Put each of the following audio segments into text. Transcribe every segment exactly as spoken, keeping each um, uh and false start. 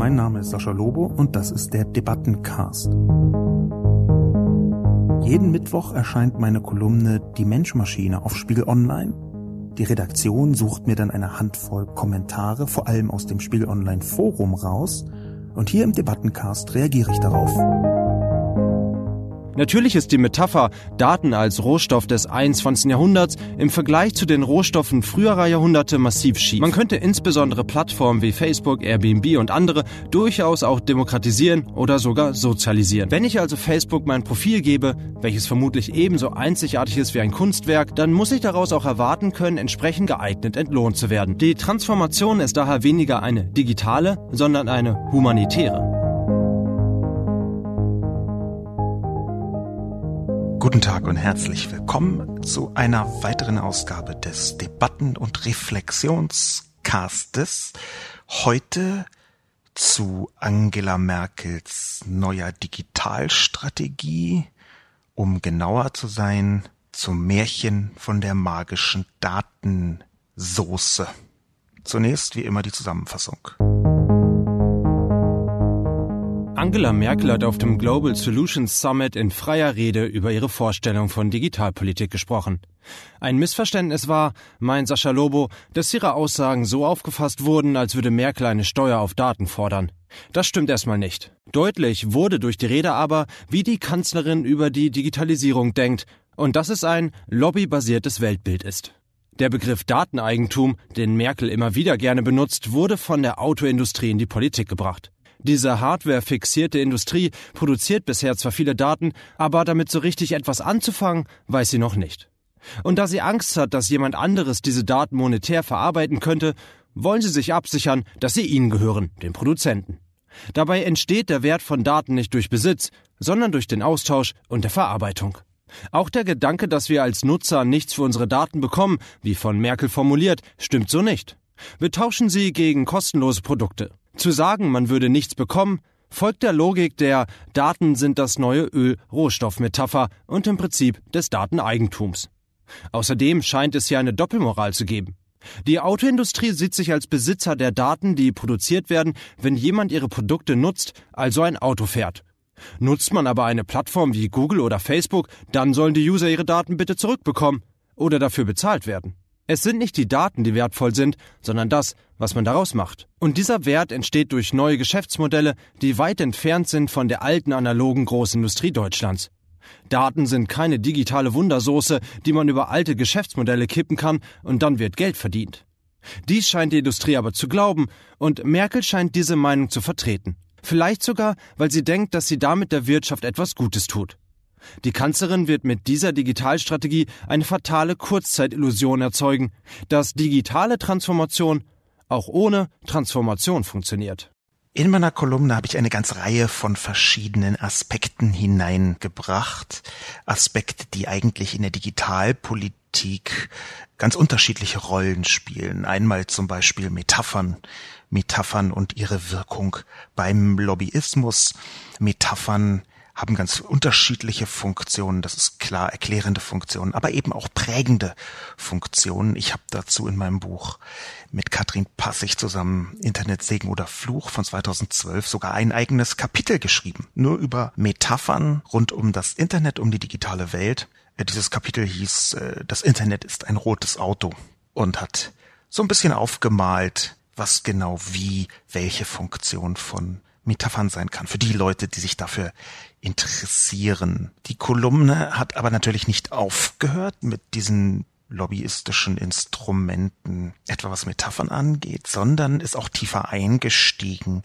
mein Name ist Sascha Lobo und das ist der Debattencast. Jeden Mittwoch erscheint meine Kolumne Die Mensch-Maschine auf Spiegel Online. Die Redaktion sucht mir dann eine Handvoll Kommentare, vor allem aus dem Spiegel Online Forum raus, und hier im Debattencast reagiere ich darauf. Natürlich ist die Metapher Daten als Rohstoff des einundzwanzigsten Jahrhunderts im Vergleich zu den Rohstoffen früherer Jahrhunderte massiv schief. Man könnte insbesondere Plattformen wie Facebook, Airbnb und andere durchaus auch demokratisieren oder sogar sozialisieren. Wenn ich also Facebook mein Profil gebe, welches vermutlich ebenso einzigartig ist wie ein Kunstwerk, dann muss ich daraus auch erwarten können, entsprechend geeignet entlohnt zu werden. Die Transformation ist daher weniger eine digitale, sondern eine humanitäre. Guten Tag und herzlich willkommen zu einer weiteren Ausgabe des Debatten- und Reflexionscastes. Heute zu Angela Merkels neuer Digitalstrategie, um genauer zu sein, zum Märchen von der magischen Datensoße. Zunächst wie immer die Zusammenfassung. Angela Merkel hat auf dem Global Solutions Summit in freier Rede über ihre Vorstellung von Digitalpolitik gesprochen. Ein Missverständnis war, meint Sascha Lobo, dass ihre Aussagen so aufgefasst wurden, als würde Merkel eine Steuer auf Daten fordern. Das stimmt erstmal nicht. Deutlich wurde durch die Rede aber, wie die Kanzlerin über die Digitalisierung denkt und dass es ein lobbybasiertes Weltbild ist. Der Begriff Dateneigentum, den Merkel immer wieder gerne benutzt, wurde von der Autoindustrie in die Politik gebracht. Diese hardware-fixierte Industrie produziert bisher zwar viele Daten, aber damit so richtig etwas anzufangen, weiß sie noch nicht. Und da sie Angst hat, dass jemand anderes diese Daten monetär verarbeiten könnte, wollen sie sich absichern, dass sie ihnen gehören, den Produzenten. Dabei entsteht der Wert von Daten nicht durch Besitz, sondern durch den Austausch und der Verarbeitung. Auch der Gedanke, dass wir als Nutzer nichts für unsere Daten bekommen, wie von Merkel formuliert, stimmt so nicht. Wir tauschen sie gegen kostenlose Produkte. Zu sagen, man würde nichts bekommen, folgt der Logik der Daten sind das neue Öl-Rohstoff-Metapher und im Prinzip des Dateneigentums. Außerdem scheint es hier eine Doppelmoral zu geben. Die Autoindustrie sieht sich als Besitzer der Daten, die produziert werden, wenn jemand ihre Produkte nutzt, also ein Auto fährt. Nutzt man aber eine Plattform wie Google oder Facebook, dann sollen die User ihre Daten bitte zurückbekommen oder dafür bezahlt werden. Es sind nicht die Daten, die wertvoll sind, sondern das, was man daraus macht. Und dieser Wert entsteht durch neue Geschäftsmodelle, die weit entfernt sind von der alten analogen Großindustrie Deutschlands. Daten sind keine digitale Wundersoße, die man über alte Geschäftsmodelle kippen kann und dann wird Geld verdient. Dies scheint die Industrie aber zu glauben und Merkel scheint diese Meinung zu vertreten. Vielleicht sogar, weil sie denkt, dass sie damit der Wirtschaft etwas Gutes tut. Die Kanzlerin wird mit dieser Digitalstrategie eine fatale Kurzzeitillusion erzeugen, dass digitale Transformation auch ohne Transformation funktioniert. In meiner Kolumne habe ich eine ganze Reihe von verschiedenen Aspekten hineingebracht. Aspekte, die eigentlich in der Digitalpolitik ganz unterschiedliche Rollen spielen. Einmal zum Beispiel Metaphern. Metaphern und ihre Wirkung beim Lobbyismus. Metaphern haben ganz unterschiedliche Funktionen, das ist klar, erklärende Funktionen, aber eben auch prägende Funktionen. Ich habe dazu in meinem Buch mit Katrin Passig zusammen Internet Segen oder Fluch von zweitausendzwölf sogar ein eigenes Kapitel geschrieben, nur über Metaphern rund um das Internet, um die digitale Welt. Dieses Kapitel hieß Das Internet ist ein rotes Auto und hat so ein bisschen aufgemalt, was genau wie welche Funktion von Metaphern sein kann, für die Leute, die sich dafür interessieren. Die Kolumne hat aber natürlich nicht aufgehört mit diesen lobbyistischen Instrumenten, etwa was Metaphern angeht, sondern ist auch tiefer eingestiegen,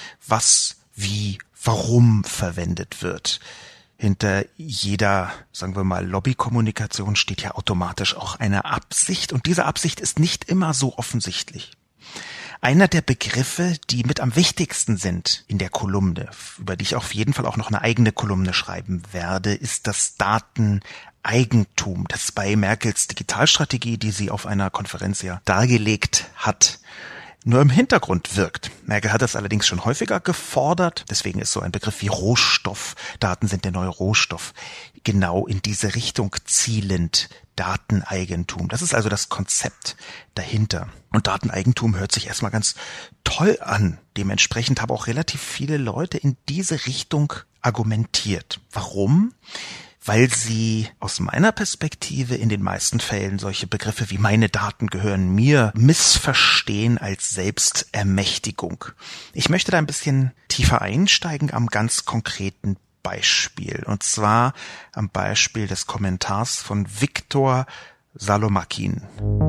was, wie, warum verwendet wird. Hinter jeder, sagen wir mal, Lobbykommunikation steht ja automatisch auch eine Absicht und diese Absicht ist nicht immer so offensichtlich. Einer der Begriffe, die mit am wichtigsten sind in der Kolumne, über die ich auf jeden Fall auch noch eine eigene Kolumne schreiben werde, ist das Dateneigentum, das bei Merkels Digitalstrategie, die sie auf einer Konferenz ja dargelegt hat, nur im Hintergrund wirkt. Merkel hat das allerdings schon häufiger gefordert. Deswegen ist so ein Begriff wie Rohstoff, Daten sind der neue Rohstoff, genau in diese Richtung zielend. Dateneigentum. Das ist also das Konzept dahinter. Und Dateneigentum hört sich erstmal ganz toll an. Dementsprechend haben auch relativ viele Leute in diese Richtung argumentiert. Warum? Weil sie aus meiner Perspektive in den meisten Fällen solche Begriffe wie meine Daten gehören mir missverstehen als Selbstermächtigung. Ich möchte da ein bisschen tiefer einsteigen am ganz konkreten Beispiel. Und zwar am Beispiel des Kommentars von Viktor Salomakin.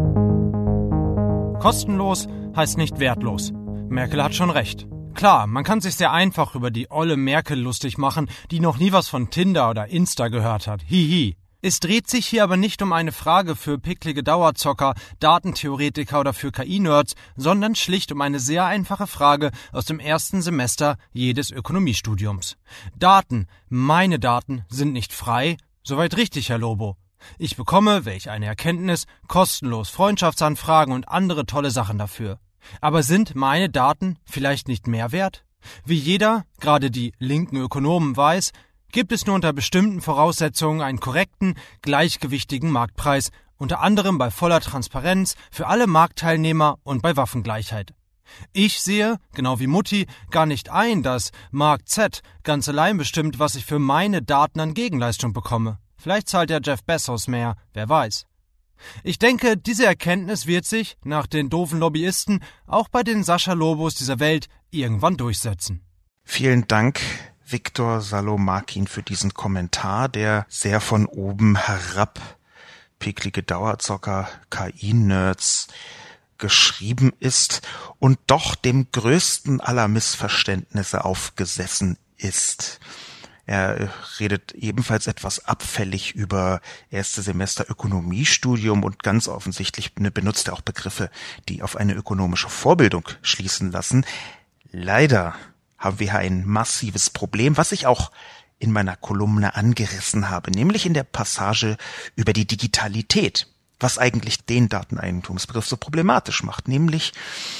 Kostenlos heißt nicht wertlos. Merkel hat schon recht. Klar, man kann sich sehr einfach über die olle Merkel lustig machen, die noch nie was von Tinder oder Insta gehört hat. Hihi. Es dreht sich hier aber nicht um eine Frage für picklige Dauerzocker, Datentheoretiker oder für K I-Nerds, sondern schlicht um eine sehr einfache Frage aus dem ersten Semester jedes Ökonomiestudiums. Daten, meine Daten, sind nicht frei? Soweit richtig, Herr Lobo. Ich bekomme, welch eine Erkenntnis, kostenlos Freundschaftsanfragen und andere tolle Sachen dafür. Aber sind meine Daten vielleicht nicht mehr wert? Wie jeder, gerade die linken Ökonomen, weiß, gibt es nur unter bestimmten Voraussetzungen einen korrekten, gleichgewichtigen Marktpreis, unter anderem bei voller Transparenz für alle Marktteilnehmer und bei Waffengleichheit. Ich sehe, genau wie Mutti, gar nicht ein, dass Markt Z ganz allein bestimmt, was ich für meine Daten an Gegenleistung bekomme. Vielleicht zahlt ja Jeff Bezos mehr, wer weiß. Ich denke, diese Erkenntnis wird sich, nach den doofen Lobbyisten, auch bei den Sascha Lobos dieser Welt irgendwann durchsetzen. Vielen Dank, Viktor Salomakin, für diesen Kommentar, der sehr von oben herab, picklige Dauerzocker, K I-Nerds, geschrieben ist und doch dem größten aller Missverständnisse aufgesessen ist. Er redet ebenfalls etwas abfällig über erste Semester Ökonomiestudium und ganz offensichtlich benutzt er auch Begriffe, die auf eine ökonomische Vorbildung schließen lassen. Leider haben wir hier ein massives Problem, was ich auch in meiner Kolumne angerissen habe, nämlich in der Passage über die Digitalität, was eigentlich den Dateneigentumsbegriff so problematisch macht, nämlich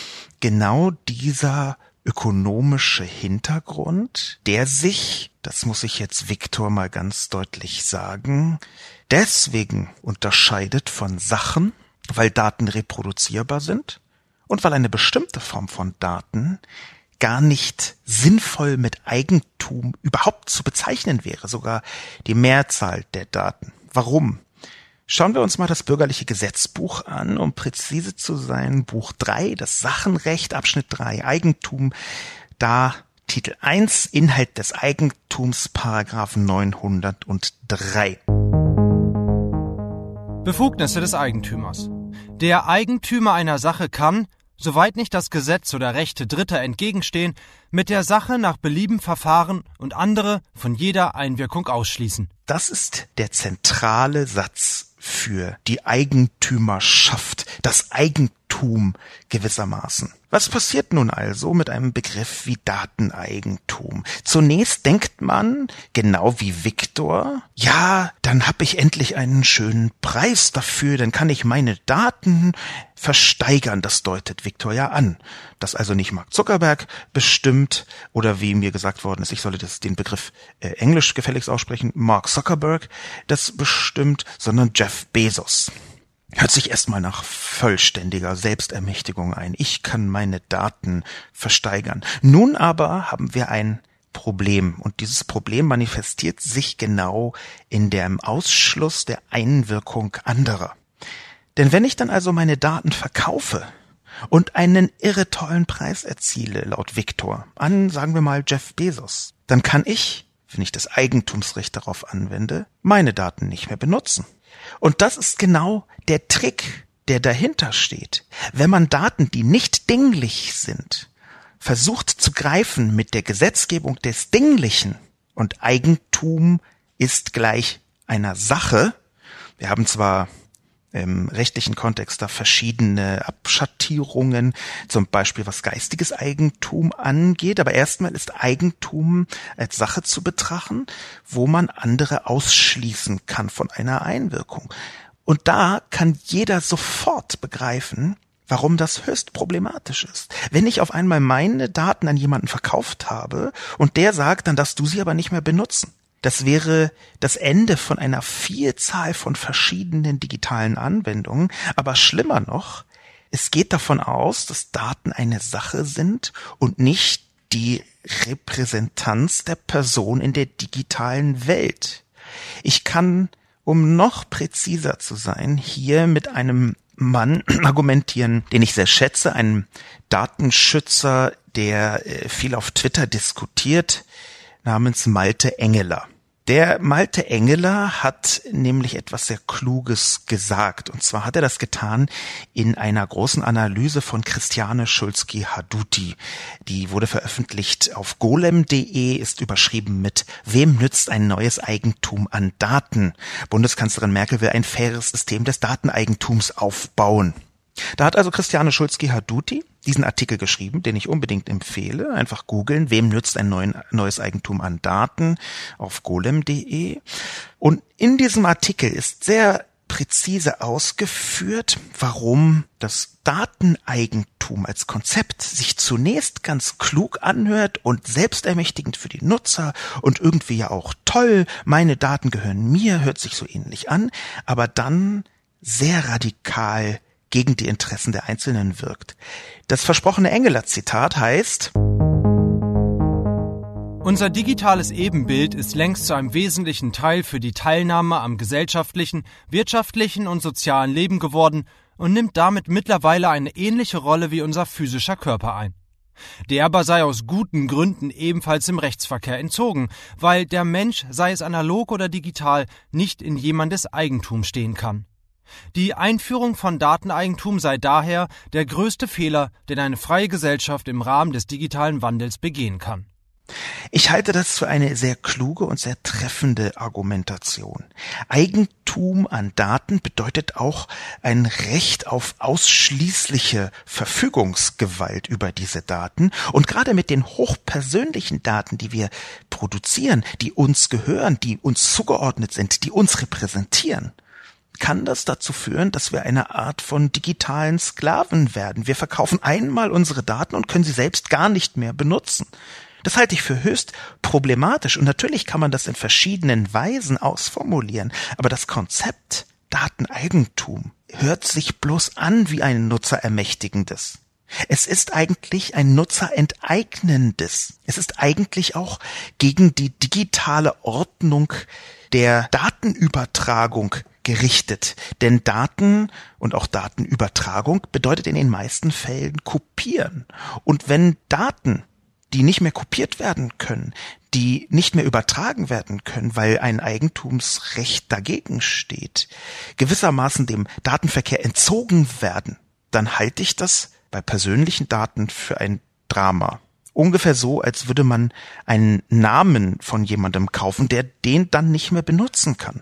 genau dieser ökonomische Hintergrund, der sich, das muss ich jetzt Viktor mal ganz deutlich sagen, deswegen unterscheidet von Sachen, weil Daten reproduzierbar sind und weil eine bestimmte Form von Daten gar nicht sinnvoll mit Eigentum überhaupt zu bezeichnen wäre, sogar die Mehrzahl der Daten. Warum? Schauen wir uns mal das bürgerliche Gesetzbuch an, um präzise zu sein. Buch drei, das Sachenrecht, Abschnitt drei, Eigentum. Da Titel eins, Inhalt des Eigentums, Paragraphen neunhundertdrei. Befugnisse des Eigentümers. Der Eigentümer einer Sache kann, soweit nicht das Gesetz oder Rechte Dritter entgegenstehen, mit der Sache nach Belieben verfahren und andere von jeder Einwirkung ausschließen. Das ist der zentrale Satz für die Eigentümerschaft, das Eigentum gewissermaßen. Was passiert nun also mit einem Begriff wie Dateneigentum? Zunächst denkt man, genau wie Viktor, ja, dann habe ich endlich einen schönen Preis dafür, dann kann ich meine Daten versteigern. Das deutet Viktor ja an. Dass also nicht Mark Zuckerberg bestimmt, oder wie mir gesagt worden ist, ich solle das, den Begriff äh, englisch gefälligst aussprechen, Mark Zuckerberg, das bestimmt, sondern Jeff Bezos. Hört sich erstmal nach vollständiger Selbstermächtigung ein. Ich kann meine Daten versteigern. Nun aber haben wir ein Problem. Und dieses Problem manifestiert sich genau in dem Ausschluss der Einwirkung anderer. Denn wenn ich dann also meine Daten verkaufe und einen irre tollen Preis erziele, laut Viktor, an, sagen wir mal, Jeff Bezos, dann kann ich, wenn ich das Eigentumsrecht darauf anwende, meine Daten nicht mehr benutzen. Und das ist genau der Trick, der dahinter steht. Wenn man Daten, die nicht dinglich sind, versucht zu greifen mit der Gesetzgebung des Dinglichen, und Eigentum ist gleich einer Sache, wir haben zwar im rechtlichen Kontext da verschiedene Abschattierungen, zum Beispiel was geistiges Eigentum angeht, aber erstmal ist Eigentum als Sache zu betrachten, wo man andere ausschließen kann von einer Einwirkung. Und da kann jeder sofort begreifen, warum das höchst problematisch ist. Wenn ich auf einmal meine Daten an jemanden verkauft habe und der sagt, dann darfst du sie aber nicht mehr benutzen. Das wäre das Ende von einer Vielzahl von verschiedenen digitalen Anwendungen. Aber schlimmer noch, es geht davon aus, dass Daten eine Sache sind und nicht die Repräsentanz der Person in der digitalen Welt. Ich kann, um noch präziser zu sein, hier mit einem Mann argumentieren, den ich sehr schätze, einem Datenschützer, der viel auf Twitter diskutiert, namens Malte Engeler. Der Malte Engeler hat nämlich etwas sehr Kluges gesagt. Und zwar hat er das getan in einer großen Analyse von Christiane Schulzki-Haduti. Die wurde veröffentlicht auf golem punkt de, ist überschrieben mit "Wem nützt ein neues Eigentum an Daten? Bundeskanzlerin Merkel will ein faires System des Dateneigentums aufbauen." Da hat also Christiane Schulzki-Haduti diesen Artikel geschrieben, den ich unbedingt empfehle. Einfach googeln, wem nützt ein neuen, neues Eigentum an Daten auf golem punkt de. Und in diesem Artikel ist sehr präzise ausgeführt, warum das Dateneigentum als Konzept sich zunächst ganz klug anhört und selbstermächtigend für die Nutzer und irgendwie ja auch toll, meine Daten gehören mir, hört sich so ähnlich an, aber dann sehr radikal gegen die Interessen der Einzelnen wirkt. Das versprochene Engeler-Zitat heißt: Unser digitales Ebenbild ist längst zu einem wesentlichen Teil für die Teilnahme am gesellschaftlichen, wirtschaftlichen und sozialen Leben geworden und nimmt damit mittlerweile eine ähnliche Rolle wie unser physischer Körper ein. Der aber sei aus guten Gründen ebenfalls im Rechtsverkehr entzogen, weil der Mensch, sei es analog oder digital, nicht in jemandes Eigentum stehen kann. Die Einführung von Dateneigentum sei daher der größte Fehler, den eine freie Gesellschaft im Rahmen des digitalen Wandels begehen kann. Ich halte das für eine sehr kluge und sehr treffende Argumentation. Eigentum an Daten bedeutet auch ein Recht auf ausschließliche Verfügungsgewalt über diese Daten. Und gerade mit den hochpersönlichen Daten, die wir produzieren, die uns gehören, die uns zugeordnet sind, die uns repräsentieren, kann das dazu führen, dass wir eine Art von digitalen Sklaven werden. Wir verkaufen einmal unsere Daten und können sie selbst gar nicht mehr benutzen. Das halte ich für höchst problematisch und natürlich kann man das in verschiedenen Weisen ausformulieren, aber das Konzept Dateneigentum hört sich bloß an wie ein nutzerermächtigendes. Es ist eigentlich ein nutzerenteignendes. Es ist eigentlich auch gegen die digitale Ordnung der Datenübertragung gerichtet. Denn Daten und auch Datenübertragung bedeutet in den meisten Fällen kopieren. Und wenn Daten, die nicht mehr kopiert werden können, die nicht mehr übertragen werden können, weil ein Eigentumsrecht dagegen steht, gewissermaßen dem Datenverkehr entzogen werden, dann halte ich das bei persönlichen Daten für ein Drama. Ungefähr so, als würde man einen Namen von jemandem kaufen, der den dann nicht mehr benutzen kann.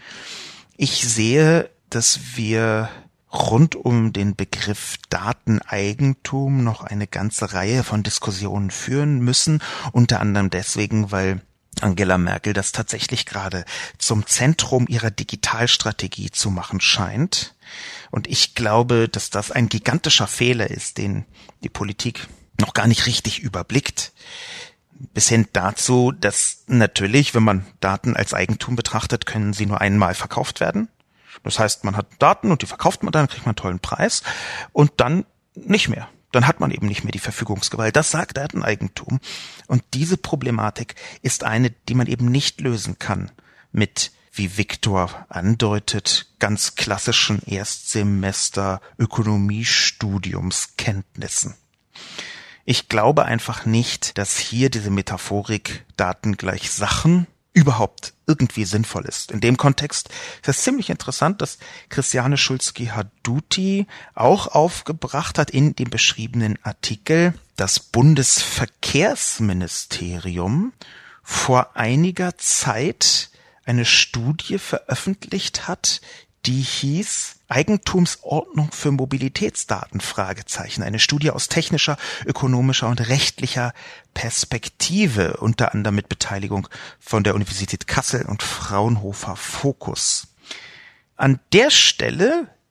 Ich sehe, dass wir rund um den Begriff Dateneigentum noch eine ganze Reihe von Diskussionen führen müssen, unter anderem deswegen, weil Angela Merkel das tatsächlich gerade zum Zentrum ihrer Digitalstrategie zu machen scheint. Und ich glaube, dass das ein gigantischer Fehler ist, den die Politik noch gar nicht richtig überblickt. Bis hin dazu, dass natürlich, wenn man Daten als Eigentum betrachtet, können sie nur einmal verkauft werden. Das heißt, man hat Daten und die verkauft man dann, kriegt man einen tollen Preis und dann nicht mehr. Dann hat man eben nicht mehr die Verfügungsgewalt. Das sagt Dateneigentum. Und diese Problematik ist eine, die man eben nicht lösen kann mit, wie Viktor andeutet, ganz klassischen Erstsemester Ökonomiestudiumskenntnissen. Ich glaube einfach nicht, dass hier diese Metaphorik Daten gleich Sachen überhaupt irgendwie sinnvoll ist. In dem Kontext ist es ziemlich interessant, dass Christiane Schulzki-Haduti auch aufgebracht hat in dem beschriebenen Artikel, das Bundesverkehrsministerium vor einiger Zeit eine Studie veröffentlicht hat, die hieß Eigentumsordnung für Mobilitätsdaten, Fragezeichen. Eine Studie aus technischer, ökonomischer und rechtlicher Perspektive, unter anderem mit Beteiligung von der Universität Kassel und Fraunhofer Focus. An der Stelle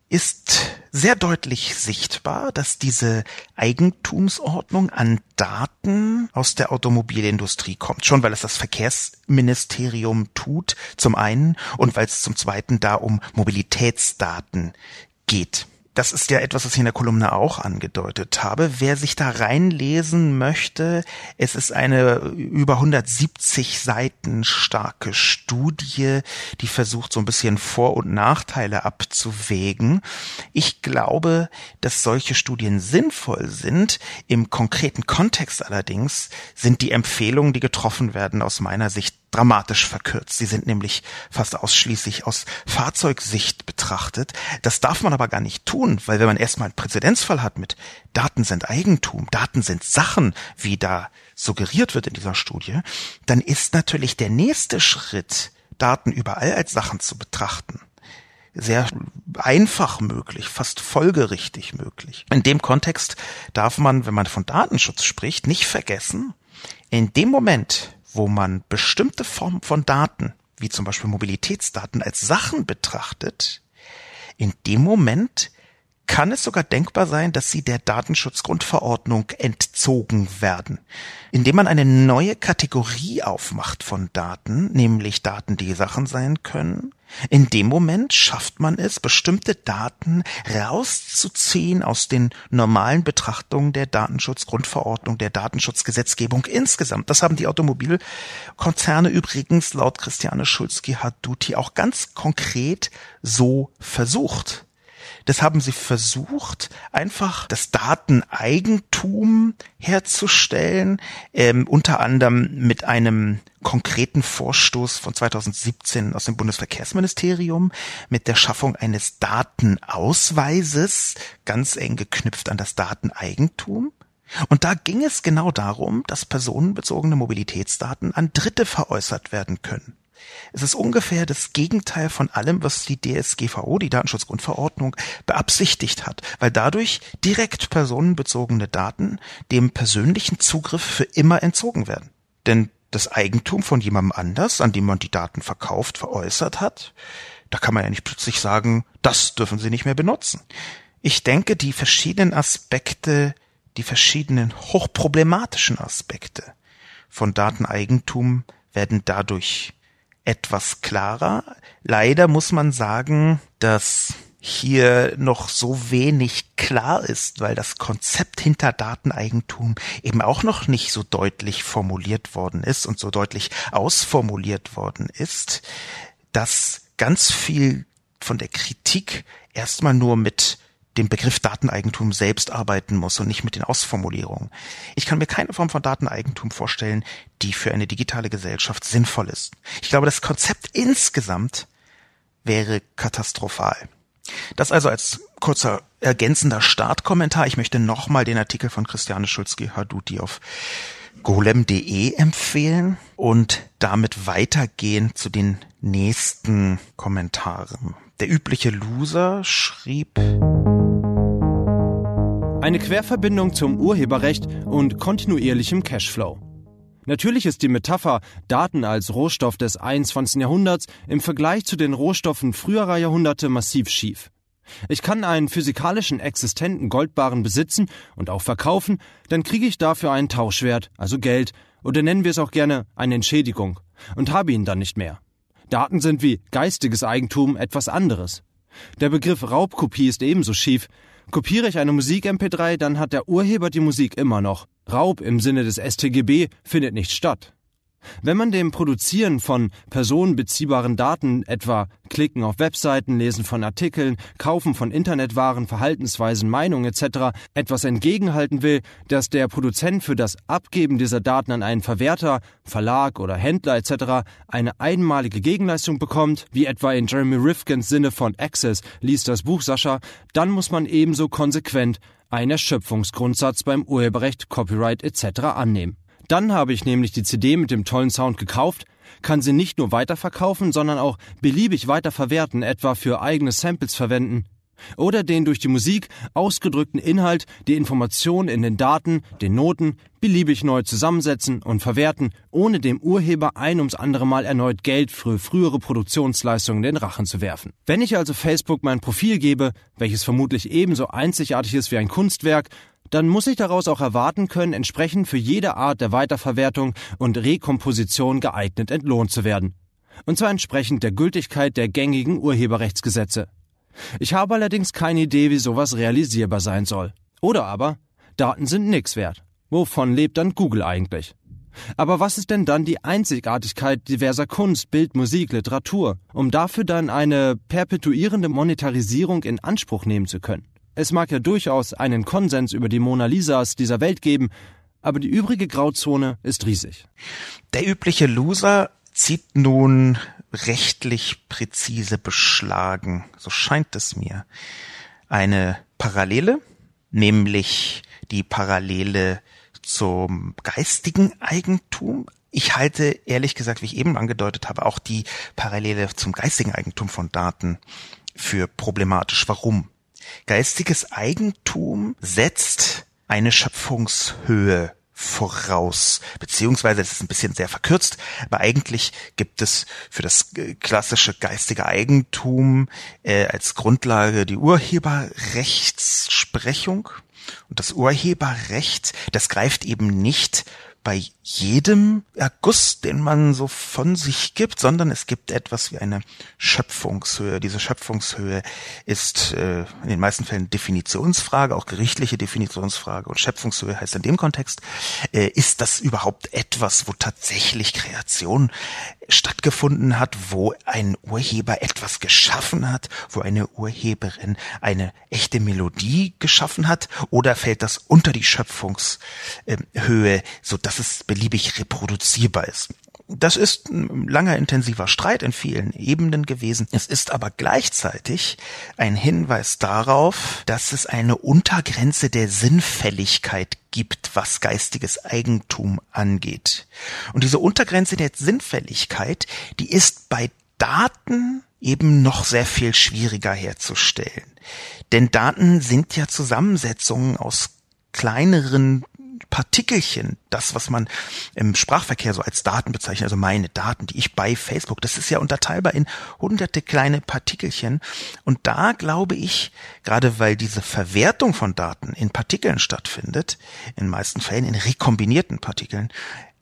ist sehr deutlich sichtbar, dass diese Eigentumsordnung an Daten aus der Automobilindustrie kommt. Schon weil es das Verkehrsministerium tut, zum einen, und weil es zum zweiten da um Mobilitätsdaten geht. Das ist ja etwas, was ich in der Kolumne auch angedeutet habe. Wer sich da reinlesen möchte, es ist eine über hundertsiebzig Seiten starke Studie, die versucht, so ein bisschen Vor- und Nachteile abzuwägen. Ich glaube, dass solche Studien sinnvoll sind. Im konkreten Kontext allerdings sind die Empfehlungen, die getroffen werden, aus meiner Sicht dramatisch verkürzt. Sie sind nämlich fast ausschließlich aus Fahrzeugsicht betrachtet. Das darf man aber gar nicht tun, weil wenn man erstmal einen Präzedenzfall hat mit Daten sind Eigentum, Daten sind Sachen, wie da suggeriert wird in dieser Studie, dann ist natürlich der nächste Schritt, Daten überall als Sachen zu betrachten, sehr einfach möglich, fast folgerichtig möglich. In dem Kontext darf man, wenn man von Datenschutz spricht, nicht vergessen, in dem Moment, wo man bestimmte Formen von Daten, wie zum Beispiel Mobilitätsdaten, als Sachen betrachtet, in dem Moment kann es sogar denkbar sein, dass sie der Datenschutzgrundverordnung entzogen werden. Indem man eine neue Kategorie aufmacht von Daten, nämlich Daten, die Sachen sein können, in dem Moment schafft man es, bestimmte Daten rauszuziehen aus den normalen Betrachtungen der Datenschutzgrundverordnung, der Datenschutzgesetzgebung insgesamt. Das haben die Automobilkonzerne übrigens laut Christiane Schulzki-Harduti auch ganz konkret so versucht. Das haben sie versucht, einfach das Dateneigentum herzustellen, ähm, unter anderem mit einem konkreten Vorstoß von zweitausendsiebzehn aus dem Bundesverkehrsministerium mit der Schaffung eines Datenausweises, ganz eng geknüpft an das Dateneigentum. Und da ging es genau darum, dass personenbezogene Mobilitätsdaten an Dritte veräußert werden können. Es ist ungefähr das Gegenteil von allem, was die D S G V O, die Datenschutzgrundverordnung, beabsichtigt hat, weil dadurch direkt personenbezogene Daten dem persönlichen Zugriff für immer entzogen werden. Denn das Eigentum von jemandem anders, an dem man die Daten verkauft, veräußert hat, da kann man ja nicht plötzlich sagen, das dürfen Sie nicht mehr benutzen. Ich denke, die verschiedenen Aspekte, die verschiedenen hochproblematischen Aspekte von Dateneigentum werden dadurch etwas klarer. Leider muss man sagen, dass hier noch so wenig klar ist, weil das Konzept hinter Dateneigentum eben auch noch nicht so deutlich formuliert worden ist und so deutlich ausformuliert worden ist, dass ganz viel von der Kritik erstmal nur mit dem Begriff Dateneigentum selbst arbeiten muss und nicht mit den Ausformulierungen. Ich kann mir keine Form von Dateneigentum vorstellen, die für eine digitale Gesellschaft sinnvoll ist. Ich glaube, das Konzept insgesamt wäre katastrophal. Das also als kurzer ergänzender Startkommentar. Ich möchte nochmal den Artikel von Christiane Schulzki-Harduti auf golem punkt de empfehlen und damit weitergehen zu den nächsten Kommentaren. Der übliche Loser schrieb: Eine Querverbindung zum Urheberrecht und kontinuierlichem Cashflow. Natürlich ist die Metapher Daten als Rohstoff des einundzwanzigsten Jahrhunderts im Vergleich zu den Rohstoffen früherer Jahrhunderte massiv schief. Ich kann einen physikalischen existenten Goldbarren besitzen und auch verkaufen, dann kriege ich dafür einen Tauschwert, also Geld, oder nennen wir es auch gerne eine Entschädigung, und habe ihn dann nicht mehr. Daten sind wie geistiges Eigentum etwas anderes. Der Begriff Raubkopie ist ebenso schief. Kopiere ich eine Musik-M P drei, dann hat der Urheber die Musik immer noch. Raub im Sinne des S T G B findet nicht statt. Wenn man dem Produzieren von personenbeziehbaren Daten, etwa Klicken auf Webseiten, Lesen von Artikeln, Kaufen von Internetwaren, Verhaltensweisen, Meinungen et cetera etwas entgegenhalten will, dass der Produzent für das Abgeben dieser Daten an einen Verwerter, Verlag oder Händler et cetera eine einmalige Gegenleistung bekommt, wie etwa in Jeremy Rifkins Sinne von Access, liest das Buch Sascha, dann muss man ebenso konsequent einen Erschöpfungsgrundsatz beim Urheberrecht, Copyright et cetera annehmen. Dann habe ich nämlich die C D mit dem tollen Sound gekauft, kann sie nicht nur weiterverkaufen, sondern auch beliebig weiterverwerten, etwa für eigene Samples verwenden. oder den durch die Musik ausgedrückten Inhalt, die Informationen in den Daten, den Noten, beliebig neu zusammensetzen und verwerten, ohne dem Urheber ein ums andere Mal erneut Geld für frühere Produktionsleistungen in den Rachen zu werfen. Wenn ich also Facebook mein Profil gebe, welches vermutlich ebenso einzigartig ist wie ein Kunstwerk, dann muss ich daraus auch erwarten können, entsprechend für jede Art der Weiterverwertung und Rekomposition geeignet entlohnt zu werden. Und zwar entsprechend der Gültigkeit der gängigen Urheberrechtsgesetze. Ich habe allerdings keine Idee, wie sowas realisierbar sein soll. Oder aber, Daten sind nix wert. Wovon lebt dann Google eigentlich? Aber was ist denn dann die Einzigartigkeit diverser Kunst, Bild, Musik, Literatur, um dafür dann eine perpetuierende Monetarisierung in Anspruch nehmen zu können? Es mag ja durchaus einen Konsens über die Mona Lisas dieser Welt geben, aber die übrige Grauzone ist riesig. Der übliche Loser zieht nun rechtlich präzise beschlagen, so scheint es mir, eine Parallele, nämlich die Parallele zum geistigen Eigentum. Ich halte, ehrlich gesagt, wie ich eben angedeutet habe, auch die Parallele zum geistigen Eigentum von Daten für problematisch. Warum? Geistiges Eigentum setzt eine Schöpfungshöhe voraus, beziehungsweise das ist ein bisschen sehr verkürzt, aber eigentlich gibt es für das klassische geistige Eigentum äh, als Grundlage die Urheberrechtssprechung. Und das Urheberrecht, das greift eben nicht bei jedem Erguss, den man so von sich gibt, sondern es gibt etwas wie eine Schöpfungshöhe. Diese Schöpfungshöhe ist äh, in den meisten Fällen Definitionsfrage, auch gerichtliche Definitionsfrage. Und Schöpfungshöhe heißt in dem Kontext, äh, ist das überhaupt etwas, wo tatsächlich Kreation stattgefunden hat, wo ein Urheber etwas geschaffen hat, wo eine Urheberin eine echte Melodie geschaffen hat, oder fällt das unter die Schöpfungshöhe, so dass es beliebig reproduzierbar ist? Das ist ein langer, intensiver Streit in vielen Ebenen gewesen. Es ist aber gleichzeitig ein Hinweis darauf, dass es eine Untergrenze der Sinnfälligkeit gibt, was geistiges Eigentum angeht. Und diese Untergrenze der Sinnfälligkeit, die ist bei Daten eben noch sehr viel schwieriger herzustellen. Denn Daten sind ja Zusammensetzungen aus kleineren Partikelchen, das, was man im Sprachverkehr so als Daten bezeichnet, also meine Daten, die ich bei Facebook, das ist ja unterteilbar in hunderte kleine Partikelchen. Und da glaube ich, gerade weil diese Verwertung von Daten in Partikeln stattfindet, in den meisten Fällen in rekombinierten Partikeln,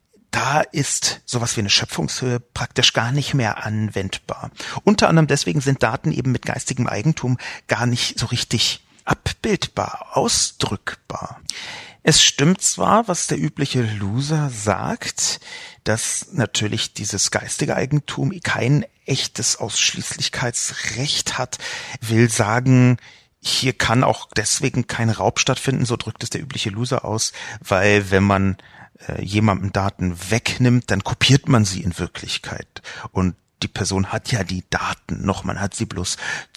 da ist sowas wie eine Schöpfungshöhe praktisch gar nicht mehr anwendbar. Unter anderem deswegen sind Daten eben mit geistigem Eigentum gar nicht so richtig abbildbar, ausdrückbar. Es stimmt zwar, was der übliche Loser sagt, dass natürlich dieses geistige Eigentum kein echtes Ausschließlichkeitsrecht hat, will sagen, hier kann auch deswegen kein Raub stattfinden, so drückt es der übliche Loser aus, weil wenn man äh, jemandem Daten wegnimmt, dann kopiert man sie in Wirklichkeit. Und die Person hat ja die Daten noch, man hat sie bloß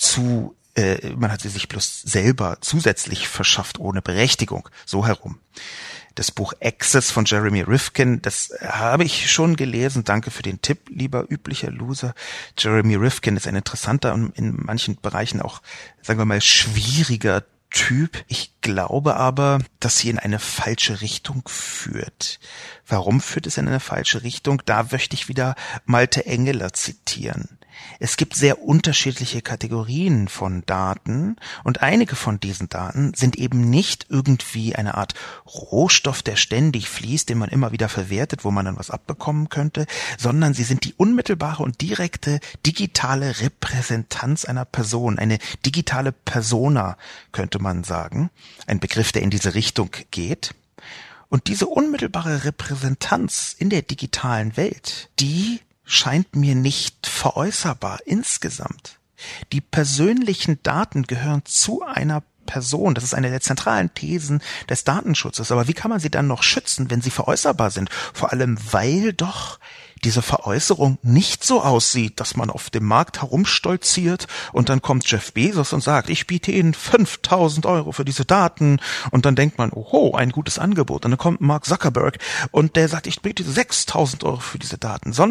zu man hat sie sich bloß selber zusätzlich verschafft, ohne Berechtigung, so herum. Das Buch Access von Jeremy Rifkin, das habe ich schon gelesen. Danke für den Tipp, lieber üblicher Loser. Jeremy Rifkin ist ein interessanter und in manchen Bereichen auch, sagen wir mal, schwieriger Typ. Ich glaube aber, dass sie in eine falsche Richtung führt. Warum führt es in eine falsche Richtung? Da möchte ich wieder Malte Engeler zitieren. Es gibt sehr unterschiedliche Kategorien von Daten und einige von diesen Daten sind eben nicht irgendwie eine Art Rohstoff, der ständig fließt, den man immer wieder verwertet, wo man dann was abbekommen könnte, sondern sie sind die unmittelbare und direkte digitale Repräsentanz einer Person, eine digitale Persona, könnte man sagen, ein Begriff, der in diese Richtung geht. Und diese unmittelbare Repräsentanz in der digitalen Welt, die scheint mir nicht veräußerbar insgesamt. Die persönlichen Daten gehören zu einer Person. Das ist eine der zentralen Thesen des Datenschutzes. Aber wie kann man sie dann noch schützen, wenn sie veräußerbar sind? Vor allem, weil doch diese Veräußerung nicht so aussieht, dass man auf dem Markt herumstolziert und dann kommt Jeff Bezos und sagt, ich biete Ihnen fünftausend Euro für diese Daten und dann denkt man, oho, ein gutes Angebot. Und dann kommt Mark Zuckerberg und der sagt, ich biete sechstausend Euro für diese Daten, sondern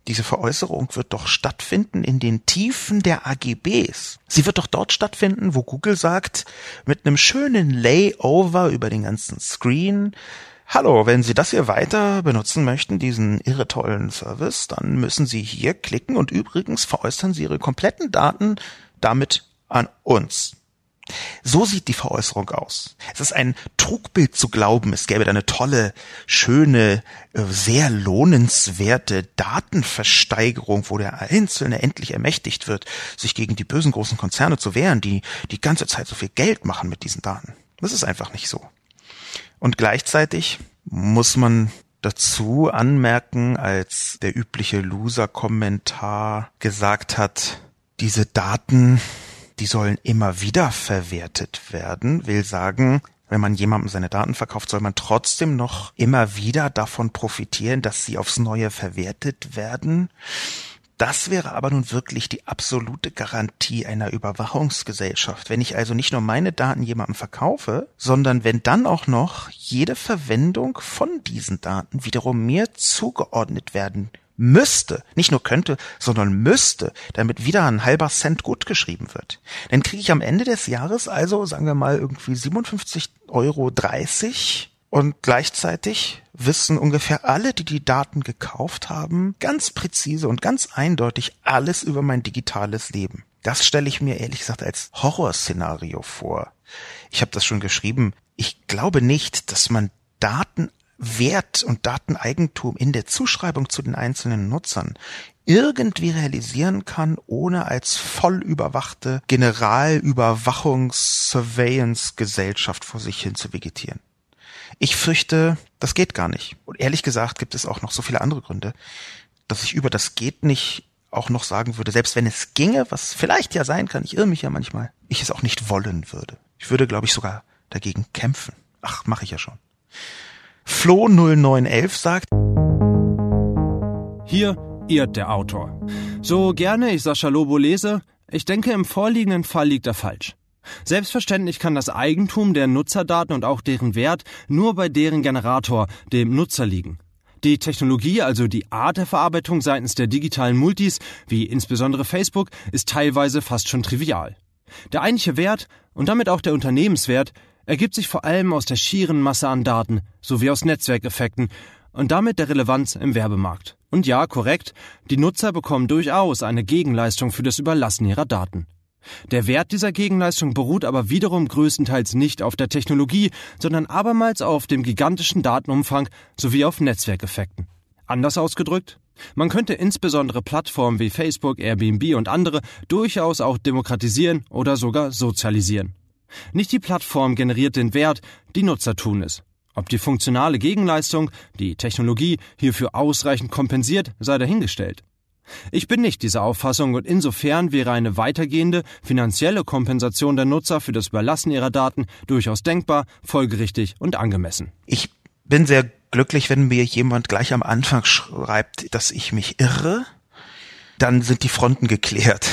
Diese Veräußerung wird doch stattfinden in den Tiefen der A G Bs. Sie wird doch dort stattfinden, wo Google sagt, mit einem schönen Layover über den ganzen Screen: Hallo, wenn Sie das hier weiter benutzen möchten, diesen irre tollen Service, dann müssen Sie hier klicken und übrigens veräußern Sie Ihre kompletten Daten damit an uns. So sieht die Veräußerung aus. Es ist ein Trugbild zu glauben, es gäbe da eine tolle, schöne, sehr lohnenswerte Datenversteigerung, wo der Einzelne endlich ermächtigt wird, sich gegen die bösen großen Konzerne zu wehren, die die ganze Zeit so viel Geld machen mit diesen Daten. Das ist einfach nicht so. Und gleichzeitig muss man dazu anmerken, als der übliche Loser-Kommentar gesagt hat, diese Daten, die sollen immer wieder verwertet werden, will sagen, wenn man jemandem seine Daten verkauft, soll man trotzdem noch immer wieder davon profitieren, dass sie aufs Neue verwertet werden. Das wäre aber nun wirklich die absolute Garantie einer Überwachungsgesellschaft. Wenn ich also nicht nur meine Daten jemandem verkaufe, sondern wenn dann auch noch jede Verwendung von diesen Daten wiederum mir zugeordnet werden müsste, nicht nur könnte, sondern müsste, damit wieder ein halber Cent gut geschrieben wird. Dann kriege ich am Ende des Jahres also, sagen wir mal, irgendwie siebenundfünfzig Euro dreißig und gleichzeitig wissen ungefähr alle, die die Daten gekauft haben, ganz präzise und ganz eindeutig alles über mein digitales Leben. Das stelle ich mir ehrlich gesagt als Horrorszenario vor. Ich habe das schon geschrieben. Ich glaube nicht, dass man Daten Wert und Dateneigentum in der Zuschreibung zu den einzelnen Nutzern irgendwie realisieren kann, ohne als voll überwachte Generalüberwachungs-Surveillance-Gesellschaft vor sich hin zu vegetieren. Ich fürchte, das geht gar nicht. Und ehrlich gesagt gibt es auch noch so viele andere Gründe, dass ich über das geht nicht auch noch sagen würde, selbst wenn es ginge, was vielleicht ja sein kann, ich irre mich ja manchmal, ich es auch nicht wollen würde. Ich würde, glaube ich, sogar dagegen kämpfen. Ach, mache ich ja schon. Flo null neun elf sagt: Hier irrt der Autor. So gerne ich Sascha Lobo lese, ich denke, im vorliegenden Fall liegt er falsch. Selbstverständlich kann das Eigentum der Nutzerdaten und auch deren Wert nur bei deren Generator, dem Nutzer, liegen. Die Technologie, also die Art der Verarbeitung seitens der digitalen Multis, wie insbesondere Facebook, ist teilweise fast schon trivial. Der eigentliche Wert und damit auch der Unternehmenswert ergibt sich vor allem aus der schieren Masse an Daten sowie aus Netzwerkeffekten und damit der Relevanz im Werbemarkt. Und ja, korrekt, die Nutzer bekommen durchaus eine Gegenleistung für das Überlassen ihrer Daten. Der Wert dieser Gegenleistung beruht aber wiederum größtenteils nicht auf der Technologie, sondern abermals auf dem gigantischen Datenumfang sowie auf Netzwerkeffekten. Anders ausgedrückt, man könnte insbesondere Plattformen wie Facebook, Airbnb und andere durchaus auch demokratisieren oder sogar sozialisieren. Nicht die Plattform generiert den Wert, die Nutzer tun es. Ob die funktionale Gegenleistung, die Technologie, hierfür ausreichend kompensiert, sei dahingestellt. Ich bin nicht dieser Auffassung und insofern wäre eine weitergehende finanzielle Kompensation der Nutzer für das Überlassen ihrer Daten durchaus denkbar, folgerichtig und angemessen. Ich bin sehr glücklich, wenn mir jemand gleich am Anfang schreibt, dass ich mich irre. Dann sind die Fronten geklärt.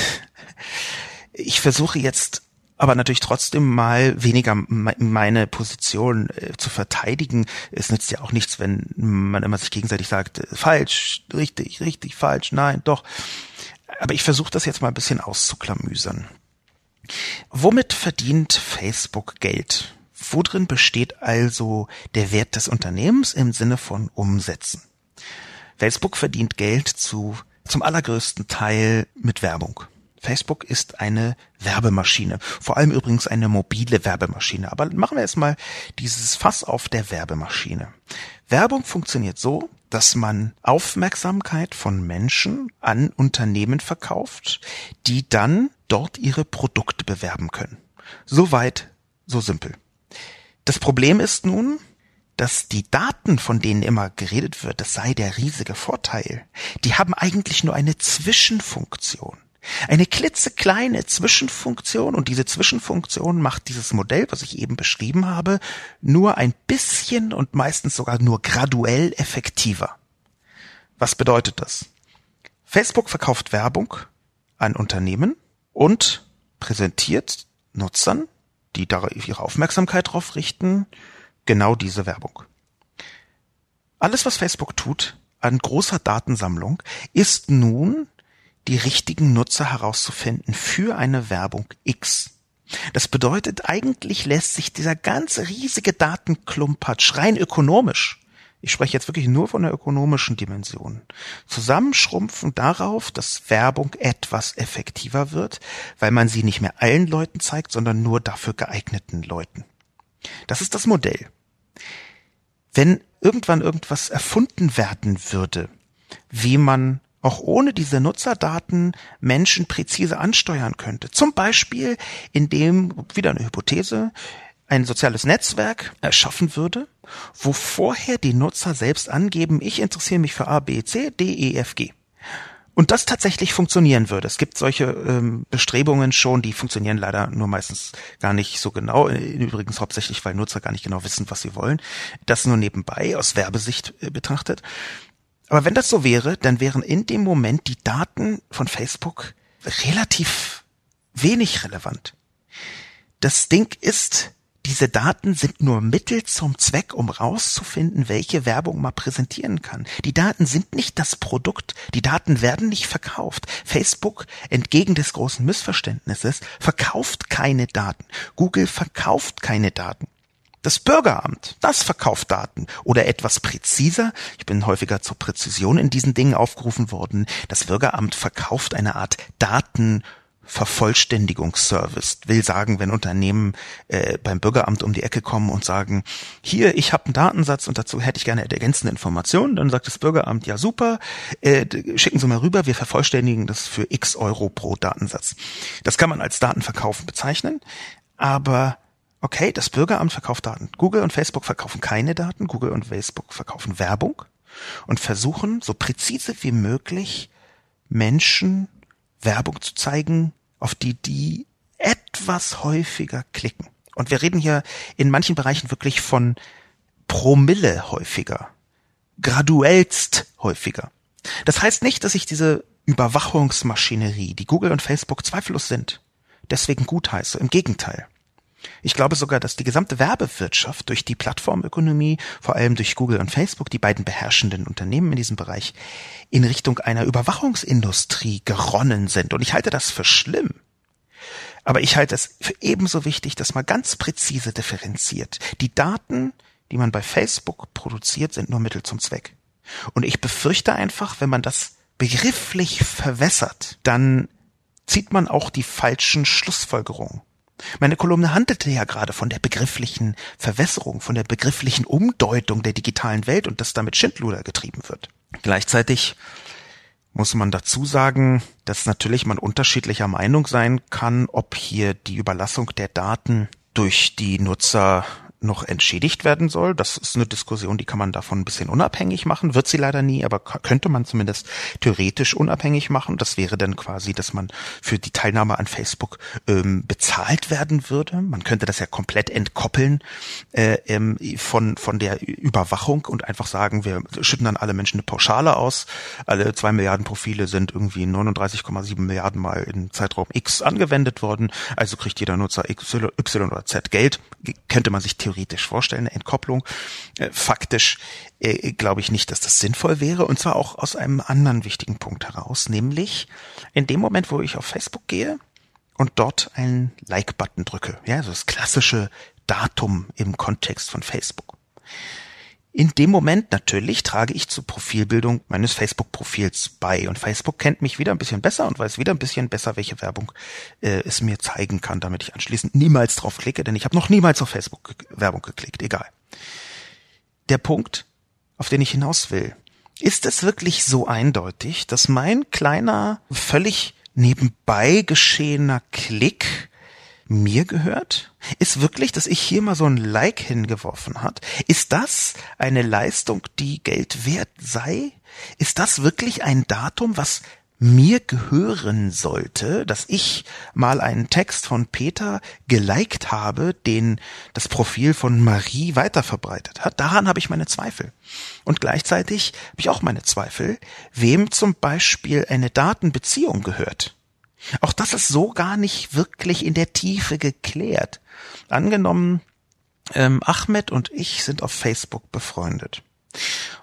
Ich versuche jetzt aber natürlich trotzdem mal weniger meine Position äh, zu verteidigen. Es nützt ja auch nichts, wenn man immer sich gegenseitig sagt, äh, falsch, richtig, richtig, falsch, nein, doch. Aber ich versuche das jetzt mal ein bisschen auszuklamüsern. Womit verdient Facebook Geld? Worin besteht also der Wert des Unternehmens im Sinne von Umsätzen? Facebook verdient Geld zu, zum allergrößten Teil mit Werbung. Facebook ist eine Werbemaschine, vor allem übrigens eine mobile Werbemaschine. Aber machen wir jetzt mal dieses Fass auf der Werbemaschine. Werbung funktioniert so, dass man Aufmerksamkeit von Menschen an Unternehmen verkauft, die dann dort ihre Produkte bewerben können. Soweit, so simpel. Das Problem ist nun, dass die Daten, von denen immer geredet wird, das sei der riesige Vorteil, die haben eigentlich nur eine Zwischenfunktion. Eine klitzekleine Zwischenfunktion, und diese Zwischenfunktion macht dieses Modell, was ich eben beschrieben habe, nur ein bisschen und meistens sogar nur graduell effektiver. Was bedeutet das? Facebook verkauft Werbung an Unternehmen und präsentiert Nutzern, die darauf ihre Aufmerksamkeit drauf richten, genau diese Werbung. Alles, was Facebook tut, an großer Datensammlung ist nun, die richtigen Nutzer herauszufinden für eine Werbung X. Das bedeutet, eigentlich lässt sich dieser ganze riesige Datenklumpatsch rein ökonomisch, ich spreche jetzt wirklich nur von der ökonomischen Dimension, zusammenschrumpfen darauf, dass Werbung etwas effektiver wird, weil man sie nicht mehr allen Leuten zeigt, sondern nur dafür geeigneten Leuten. Das ist das Modell. Wenn irgendwann irgendwas erfunden werden würde, wie man auch ohne diese Nutzerdaten Menschen präzise ansteuern könnte, zum Beispiel indem, wieder eine Hypothese, ein soziales Netzwerk erschaffen würde, wo vorher die Nutzer selbst angeben, ich interessiere mich für A, B, C, D, E, F, G. Und das tatsächlich funktionieren würde. Es gibt solche ähm, Bestrebungen schon, die funktionieren leider nur meistens gar nicht so genau. Übrigens hauptsächlich, weil Nutzer gar nicht genau wissen, was sie wollen. Das nur nebenbei aus Werbesicht äh, betrachtet. Aber wenn das so wäre, dann wären in dem Moment die Daten von Facebook relativ wenig relevant. Das Ding ist, diese Daten sind nur Mittel zum Zweck, um rauszufinden, welche Werbung man präsentieren kann. Die Daten sind nicht das Produkt, die Daten werden nicht verkauft. Facebook, entgegen des großen Missverständnisses, verkauft keine Daten. Google verkauft keine Daten. Das Bürgeramt, das verkauft Daten. Oder etwas präziser, ich bin häufiger zur Präzision in diesen Dingen aufgerufen worden, das Bürgeramt verkauft eine Art Datenvervollständigungsservice. Will sagen, wenn Unternehmen äh, beim Bürgeramt um die Ecke kommen und sagen, hier, ich habe einen Datensatz und dazu hätte ich gerne ergänzende Informationen, dann sagt das Bürgeramt, ja super, äh, schicken Sie mal rüber, wir vervollständigen das für x Euro pro Datensatz. Das kann man als Datenverkaufen bezeichnen, aber okay, das Bürgeramt verkauft Daten. Google und Facebook verkaufen keine Daten. Google und Facebook verkaufen Werbung und versuchen, so präzise wie möglich Menschen Werbung zu zeigen, auf die die etwas häufiger klicken. Und wir reden hier in manchen Bereichen wirklich von Promille häufiger, graduellst häufiger. Das heißt nicht, dass ich diese Überwachungsmaschinerie, die Google und Facebook zweifellos sind, deswegen gutheiße. Im Gegenteil. Ich glaube sogar, dass die gesamte Werbewirtschaft durch die Plattformökonomie, vor allem durch Google und Facebook, die beiden beherrschenden Unternehmen in diesem Bereich, in Richtung einer Überwachungsindustrie geronnen sind. Und ich halte das für schlimm. Aber ich halte es für ebenso wichtig, dass man ganz präzise differenziert. Die Daten, die man bei Facebook produziert, sind nur Mittel zum Zweck. Und ich befürchte einfach, wenn man das begrifflich verwässert, dann zieht man auch die falschen Schlussfolgerungen. Meine Kolumne handelte ja gerade von der begrifflichen Verwässerung, von der begrifflichen Umdeutung der digitalen Welt und dass damit Schindluder getrieben wird. Gleichzeitig muss man dazu sagen, dass natürlich man unterschiedlicher Meinung sein kann, ob hier die Überlassung der Daten durch die Nutzer noch entschädigt werden soll. Das ist eine Diskussion, die kann man davon ein bisschen unabhängig machen. Wird sie leider nie, aber könnte man zumindest theoretisch unabhängig machen. Das wäre dann quasi, dass man für die Teilnahme an Facebook ähm, bezahlt werden würde. Man könnte das ja komplett entkoppeln äh, ähm, von von der Überwachung und einfach sagen, wir schütten dann alle Menschen eine Pauschale aus. Alle zwei Milliarden Profile sind irgendwie neununddreißig Komma sieben Milliarden Mal im Zeitraum X angewendet worden. Also kriegt jeder Nutzer X, Y oder Z Geld. Könnte man sich theoretisch theoretisch vorstellen, eine Entkopplung. Äh, faktisch äh, glaube ich nicht, dass das sinnvoll wäre, und zwar auch aus einem anderen wichtigen Punkt heraus, nämlich in dem Moment, wo ich auf Facebook gehe und dort einen Like-Button drücke, ja, also das klassische Datum im Kontext von Facebook. In dem Moment natürlich trage ich zur Profilbildung meines Facebook-Profils bei, und Facebook kennt mich wieder ein bisschen besser und weiß wieder ein bisschen besser, welche Werbung äh, es mir zeigen kann, damit ich anschließend niemals drauf klicke, denn ich habe noch niemals auf Facebook ge- Werbung geklickt, egal. Der Punkt, auf den ich hinaus will, ist es wirklich so eindeutig, dass mein kleiner, völlig nebenbei geschehener Klick mir gehört? Ist wirklich, dass ich hier mal so ein Like hingeworfen hat? Ist das eine Leistung, die Geld wert sei? Ist das wirklich ein Datum, was mir gehören sollte, dass ich mal einen Text von Peter geliked habe, den das Profil von Marie weiterverbreitet hat? Daran habe ich meine Zweifel. Und gleichzeitig habe ich auch meine Zweifel, wem zum Beispiel eine Datenbeziehung gehört. Auch das ist so gar nicht wirklich in der Tiefe geklärt. Angenommen, ähm, Ahmed und ich sind auf Facebook befreundet.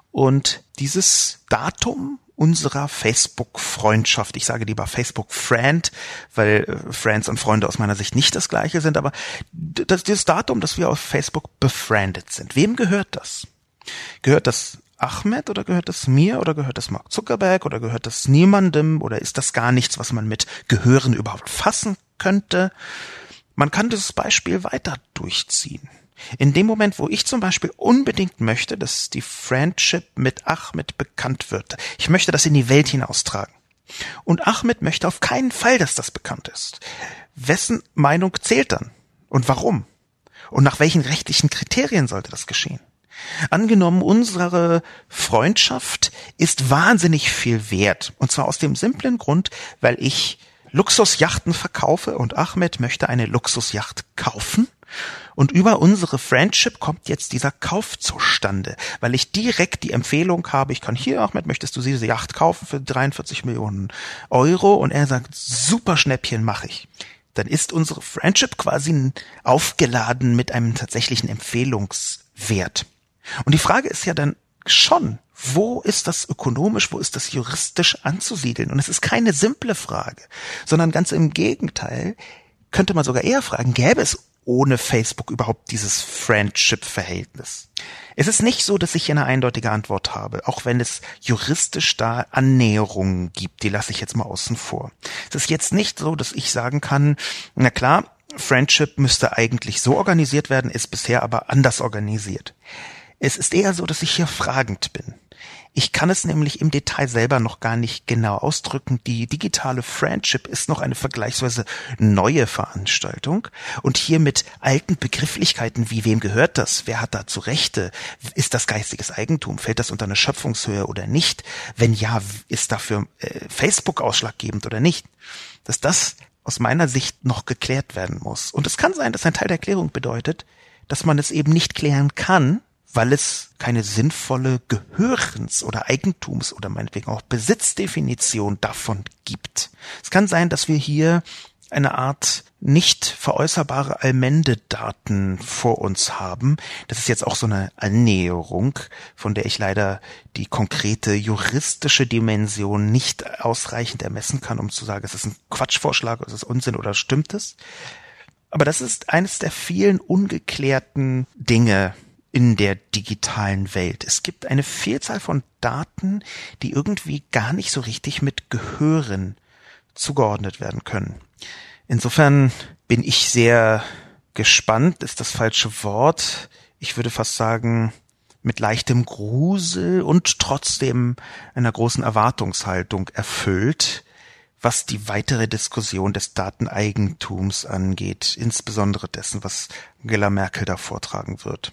Und dieses Datum unserer Facebook-Freundschaft, ich sage lieber Facebook-Friend, weil Friends und Freunde aus meiner Sicht nicht das Gleiche sind, aber das, dieses Datum, dass wir auf Facebook befriendet sind, wem gehört das? Gehört das Ahmed oder gehört das mir oder gehört das Mark Zuckerberg oder gehört das niemandem oder ist das gar nichts, was man mit Gehören überhaupt fassen könnte? Man kann dieses Beispiel weiter durchziehen. In dem Moment, wo ich zum Beispiel unbedingt möchte, dass die Friendship mit Ahmed bekannt wird, ich möchte das in die Welt hinaustragen. Und Ahmed möchte auf keinen Fall, dass das bekannt ist. Wessen Meinung zählt dann? Und warum? Und nach welchen rechtlichen Kriterien sollte das geschehen? Angenommen, unsere Freundschaft ist wahnsinnig viel wert. Und zwar aus dem simplen Grund, weil ich Luxusjachten verkaufe und Ahmed möchte eine Luxusjacht kaufen. Und über unsere Friendship kommt jetzt dieser Kauf zustande, weil ich direkt die Empfehlung habe, ich kann hier, Ahmed, möchtest du diese Yacht kaufen für dreiundvierzig Millionen Euro? Und er sagt, super Schnäppchen, mache ich. Dann ist unsere Friendship quasi aufgeladen mit einem tatsächlichen Empfehlungswert. Und die Frage ist ja dann schon, wo ist das ökonomisch, wo ist das juristisch anzusiedeln? Und es ist keine simple Frage, sondern ganz im Gegenteil, könnte man sogar eher fragen, gäbe es ohne Facebook überhaupt dieses Friendship-Verhältnis? Es ist nicht so, dass ich hier eine eindeutige Antwort habe, auch wenn es juristisch da Annäherungen gibt, die lasse ich jetzt mal außen vor. Es ist jetzt nicht so, dass ich sagen kann, na klar, Friendship müsste eigentlich so organisiert werden, ist bisher aber anders organisiert. Es ist eher so, dass ich hier fragend bin. Ich kann es nämlich im Detail selber noch gar nicht genau ausdrücken. Die digitale Friendship ist noch eine vergleichsweise neue Veranstaltung und hier mit alten Begrifflichkeiten wie wem gehört das, wer hat dazu Rechte, ist das geistiges Eigentum, fällt das unter eine Schöpfungshöhe oder nicht, wenn ja, ist dafür äh, Facebook ausschlaggebend oder nicht, dass das aus meiner Sicht noch geklärt werden muss. Und es kann sein, dass ein Teil der Klärung bedeutet, dass man es eben nicht klären kann, weil es keine sinnvolle Gehörens- oder Eigentums- oder meinetwegen auch Besitzdefinition davon gibt. Es kann sein, dass wir hier eine Art nicht veräußerbare Allmende-Daten vor uns haben. Das ist jetzt auch so eine Annäherung, von der ich leider die konkrete juristische Dimension nicht ausreichend ermessen kann, um zu sagen, es ist ein Quatschvorschlag, es ist Unsinn oder stimmt es. Aber das ist eines der vielen ungeklärten Dinge in der digitalen Welt. Es gibt eine Vielzahl von Daten, die irgendwie gar nicht so richtig mit Gehören zugeordnet werden können. Insofern bin ich sehr gespannt, ist das falsche Wort. Ich würde fast sagen, mit leichtem Grusel und trotzdem einer großen Erwartungshaltung erfüllt, was die weitere Diskussion des Dateneigentums angeht, insbesondere dessen, was Angela Merkel da vortragen wird.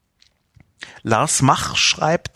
Lars Mach schreibt: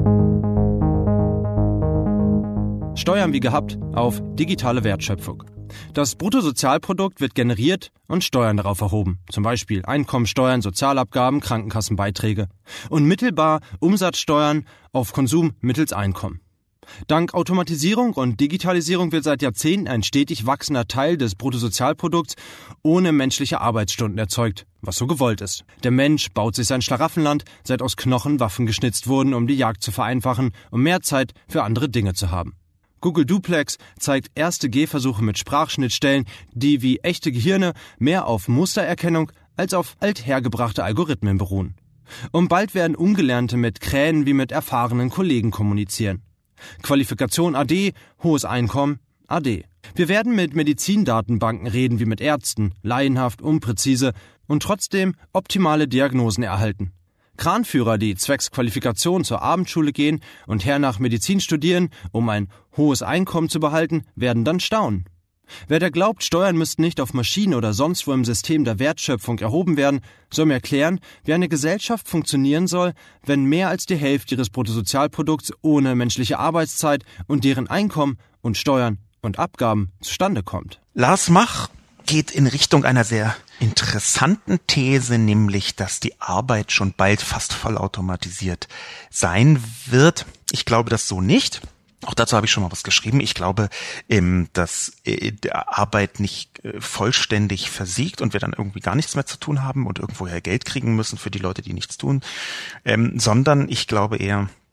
Steuern wie gehabt auf digitale Wertschöpfung. Das Bruttosozialprodukt wird generiert und Steuern darauf erhoben, zum Beispiel Einkommensteuern, Sozialabgaben, Krankenkassenbeiträge und mittelbar Umsatzsteuern auf Konsum mittels Einkommen. Dank Automatisierung und Digitalisierung wird seit Jahrzehnten ein stetig wachsender Teil des Bruttosozialprodukts ohne menschliche Arbeitsstunden erzeugt, was so gewollt ist. Der Mensch baut sich sein Schlaraffenland, seit aus Knochen Waffen geschnitzt wurden, um die Jagd zu vereinfachen, um mehr Zeit für andere Dinge zu haben. Google Duplex zeigt erste Gehversuche mit Sprachschnittstellen, die wie echte Gehirne mehr auf Mustererkennung als auf althergebrachte Algorithmen beruhen. Und bald werden Ungelernte mit Krähen wie mit erfahrenen Kollegen kommunizieren. Qualifikation A D, hohes Einkommen A D. Wir werden mit Medizindatenbanken reden wie mit Ärzten, laienhaft, unpräzise und trotzdem optimale Diagnosen erhalten. Kranführer, die zwecks Qualifikation zur Abendschule gehen und hernach Medizin studieren, um ein hohes Einkommen zu behalten, werden dann staunen. Wer da glaubt, Steuern müssten nicht auf Maschinen oder sonst wo im System der Wertschöpfung erhoben werden, soll mir erklären, wie eine Gesellschaft funktionieren soll, wenn mehr als die Hälfte ihres Bruttosozialprodukts ohne menschliche Arbeitszeit und deren Einkommen und Steuern und Abgaben zustande kommt. Lars Mach geht in Richtung einer sehr interessanten These, nämlich, dass die Arbeit schon bald fast vollautomatisiert sein wird. Ich glaube das so nicht. Auch dazu habe ich schon mal was geschrieben. Ich glaube, dass Arbeit nicht vollständig versiegt und wir dann irgendwie gar nichts mehr zu tun haben und irgendwoher Geld kriegen müssen für die Leute, die nichts tun, sondern ich glaube eher,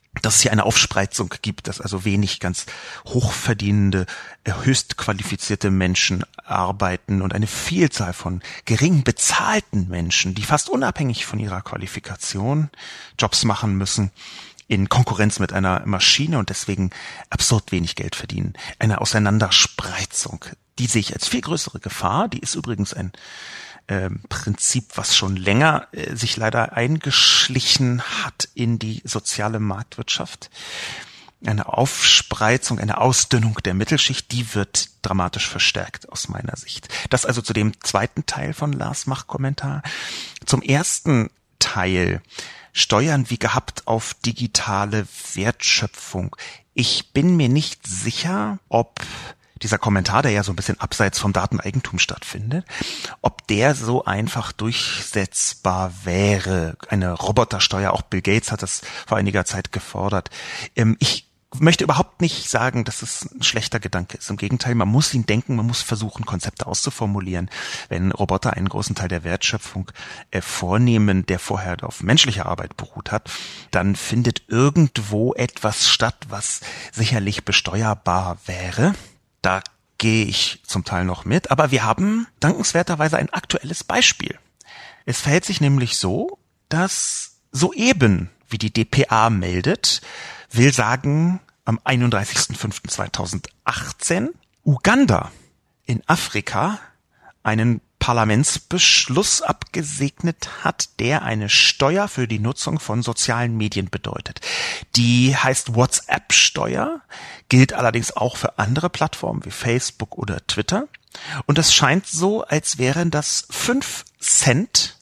dass es hier eine Aufspreizung gibt, dass also wenig ganz hochverdienende, höchst qualifizierte Menschen arbeiten und eine Vielzahl von gering bezahlten Menschen, die fast unabhängig von ihrer Qualifikation Jobs machen müssen, in Konkurrenz mit einer Maschine und deswegen absurd wenig Geld verdienen. Eine Auseinanderspreizung, die sehe ich als viel größere Gefahr. Die ist übrigens ein Ähm, Prinzip, was schon länger äh, sich leider eingeschlichen hat in die soziale Marktwirtschaft. Eine Aufspreizung, eine Ausdünnung der Mittelschicht, die wird dramatisch verstärkt aus meiner Sicht. Das also zu dem zweiten Teil von Lars Mach-Kommentar. Zum ersten Teil, Steuern wie gehabt auf digitale Wertschöpfung. Ich bin mir nicht sicher, ob dieser Kommentar, der ja so ein bisschen abseits vom Dateneigentum stattfindet, ob der so einfach durchsetzbar wäre. Eine Robotersteuer, auch Bill Gates hat das vor einiger Zeit gefordert. Ich möchte überhaupt nicht sagen, dass es ein schlechter Gedanke ist. Im Gegenteil, man muss ihn denken, man muss versuchen, Konzepte auszuformulieren. Wenn Roboter einen großen Teil der Wertschöpfung äh, vornehmen, der vorher auf menschlicher Arbeit beruht hat, dann findet irgendwo etwas statt, was sicherlich besteuerbar wäre. Da gehe ich zum Teil noch mit, aber wir haben dankenswerterweise ein aktuelles Beispiel. Es verhält sich nämlich so, dass soeben, wie die D P A meldet, will sagen, am einunddreißigsten fünften zweitausendachtzehn Uganda in Afrika einen Parlamentsbeschluss abgesegnet hat, der eine Steuer für die Nutzung von sozialen Medien bedeutet. Die heißt WhatsApp-Steuer, gilt allerdings auch für andere Plattformen wie Facebook oder Twitter. Und es scheint so, als wären das fünf Cent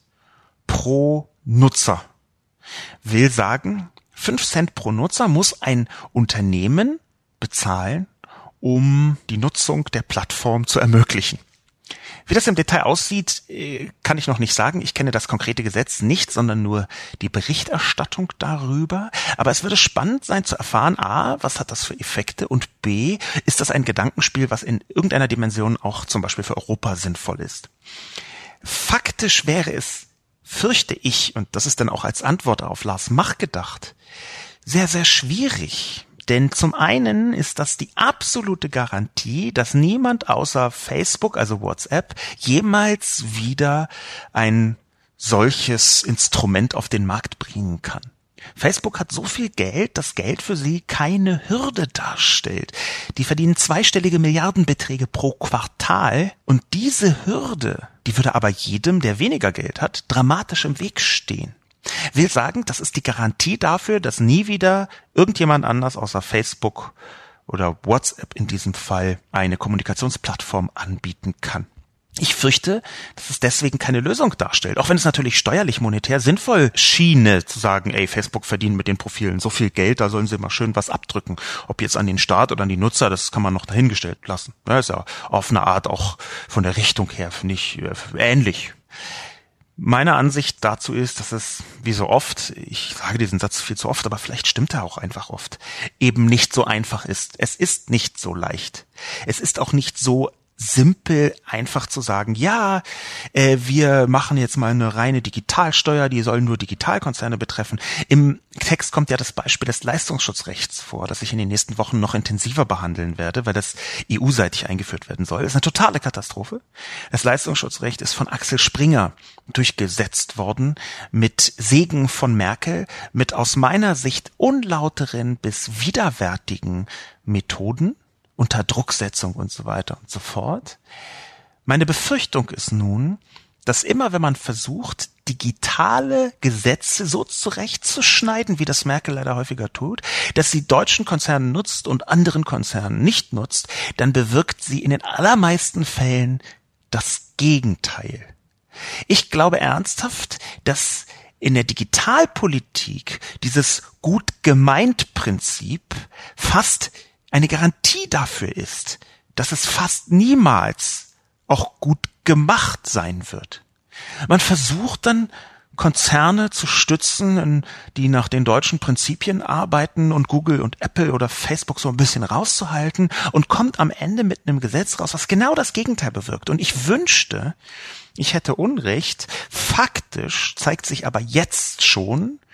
pro Nutzer. Will sagen, fünf Cent pro Nutzer muss ein Unternehmen bezahlen, um die Nutzung der Plattform zu ermöglichen. Wie das im Detail aussieht, kann ich noch nicht sagen. Ich kenne das konkrete Gesetz nicht, sondern nur die Berichterstattung darüber. Aber es würde spannend sein zu erfahren, a, was hat das für Effekte und b, ist das ein Gedankenspiel, was in irgendeiner Dimension auch zum Beispiel für Europa sinnvoll ist. Faktisch wäre es, fürchte ich, und das ist dann auch als Antwort auf Lars Mach gedacht, sehr, sehr schwierig. Denn zum einen ist das die absolute Garantie, dass niemand außer Facebook, also WhatsApp, jemals wieder ein solches Instrument auf den Markt bringen kann. Facebook hat so viel Geld, dass Geld für sie keine Hürde darstellt. Die verdienen zweistellige Milliardenbeträge pro Quartal und diese Hürde, die würde aber jedem, der weniger Geld hat, dramatisch im Weg stehen. Will sagen, das ist die Garantie dafür, dass nie wieder irgendjemand anders außer Facebook oder WhatsApp in diesem Fall eine Kommunikationsplattform anbieten kann. Ich fürchte, dass es deswegen keine Lösung darstellt, auch wenn es natürlich steuerlich monetär sinnvoll schiene, zu sagen, ey, Facebook verdient mit den Profilen so viel Geld, da sollen sie mal schön was abdrücken. Ob jetzt an den Staat oder an die Nutzer, das kann man noch dahingestellt lassen. Das ist ja auf eine Art auch von der Richtung her, finde ich, ähnlich. Meine Ansicht dazu ist, dass es, wie so oft, ich sage diesen Satz viel zu oft, aber vielleicht stimmt er auch einfach oft, eben nicht so einfach ist. Es ist nicht so leicht. Es ist auch nicht so simpel, einfach zu sagen, ja, äh, wir machen jetzt mal eine reine Digitalsteuer, die soll nur Digitalkonzerne betreffen. Im Text kommt ja das Beispiel des Leistungsschutzrechts vor, das ich in den nächsten Wochen noch intensiver behandeln werde, weil das E U-seitig eingeführt werden soll. Das ist eine totale Katastrophe. Das Leistungsschutzrecht ist von Axel Springer durchgesetzt worden, mit Segen von Merkel, mit aus meiner Sicht unlauteren bis widerwärtigen Methoden, unter Drucksetzung und so weiter und so fort. Meine Befürchtung ist nun, dass immer, wenn man versucht, digitale Gesetze so zurechtzuschneiden, wie das Merkel leider häufiger tut, dass sie deutschen Konzernen nutzt und anderen Konzernen nicht nutzt, dann bewirkt sie in den allermeisten Fällen das Gegenteil. Ich glaube ernsthaft, dass in der Digitalpolitik dieses Gut-gemeint-Prinzip fast eine Garantie dafür ist, dass es fast niemals auch gut gemacht sein wird. Man versucht dann, Konzerne zu stützen, die nach den deutschen Prinzipien arbeiten und Google und Apple oder Facebook so ein bisschen rauszuhalten und kommt am Ende mit einem Gesetz raus, was genau das Gegenteil bewirkt. Und ich wünschte, ich hätte Unrecht. Faktisch zeigt sich aber jetzt schon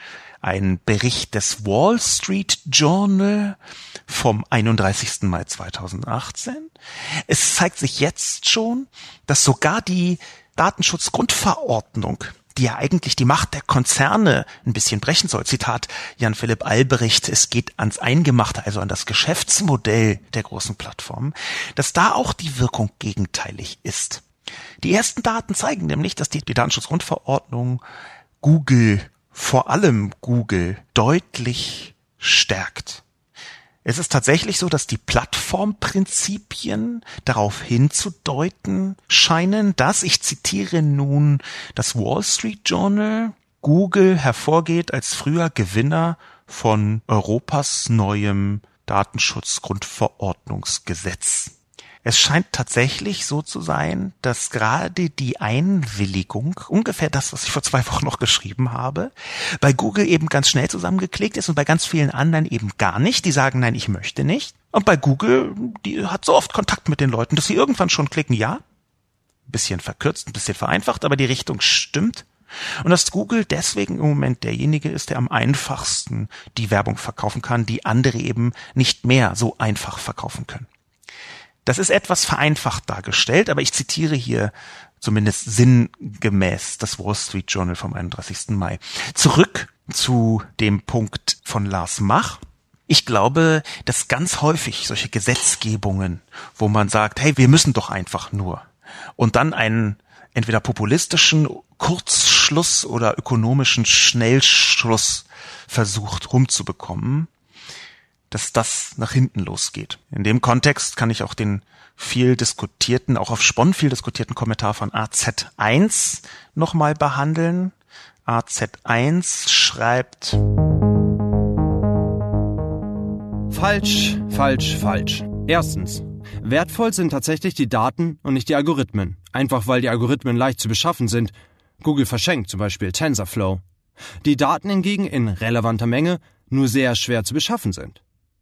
ein Bericht des Wall Street Journal vom einunddreißigsten Mai zweitausendachtzehn. Es zeigt sich jetzt schon, dass sogar die Datenschutzgrundverordnung, die ja eigentlich die Macht der Konzerne ein bisschen brechen soll. Zitat Jan-Philipp Albrecht, es geht ans Eingemachte, also an das Geschäftsmodell der großen Plattformen, dass da auch die Wirkung gegenteilig ist. Die ersten Daten zeigen nämlich, dass die, die Datenschutzgrundverordnung Google, vor allem Google, deutlich stärkt. Es ist tatsächlich so, dass die Plattformprinzipien darauf hinzudeuten scheinen, dass, ich zitiere nun das Wall Street Journal, Google hervorgeht als früher Gewinner von Europas neuem Datenschutzgrundverordnungsgesetz. Es scheint tatsächlich so zu sein, dass gerade die Einwilligung, ungefähr das, was ich vor zwei Wochen noch geschrieben habe, bei Google eben ganz schnell zusammengeklickt ist und bei ganz vielen anderen eben gar nicht. Die sagen, nein, ich möchte nicht. Und bei Google, die hat so oft Kontakt mit den Leuten, dass sie irgendwann schon klicken, ja. Ein bisschen verkürzt, ein bisschen vereinfacht, aber die Richtung stimmt. Und dass Google deswegen im Moment derjenige ist, der am einfachsten die Werbung verkaufen kann, die andere eben nicht mehr so einfach verkaufen können. Das ist etwas vereinfacht dargestellt, aber ich zitiere hier zumindest sinngemäß das Wall Street Journal vom einunddreißigsten Mai. Zurück zu dem Punkt von Lars Mach. Ich glaube, dass ganz häufig solche Gesetzgebungen, wo man sagt, hey, wir müssen doch einfach nur, und dann einen entweder populistischen Kurzschluss oder ökonomischen Schnellschluss versucht rumzubekommen, dass das nach hinten losgeht. In dem Kontext kann ich auch den viel diskutierten, auch auf Spon viel diskutierten Kommentar von A Z eins nochmal behandeln. A Z eins schreibt: Falsch, falsch, falsch. Erstens. Wertvoll sind tatsächlich die Daten und nicht die Algorithmen. Einfach weil die Algorithmen leicht zu beschaffen sind. Google verschenkt zum Beispiel TensorFlow. Die Daten hingegen in relevanter Menge nur sehr schwer zu beschaffen sind.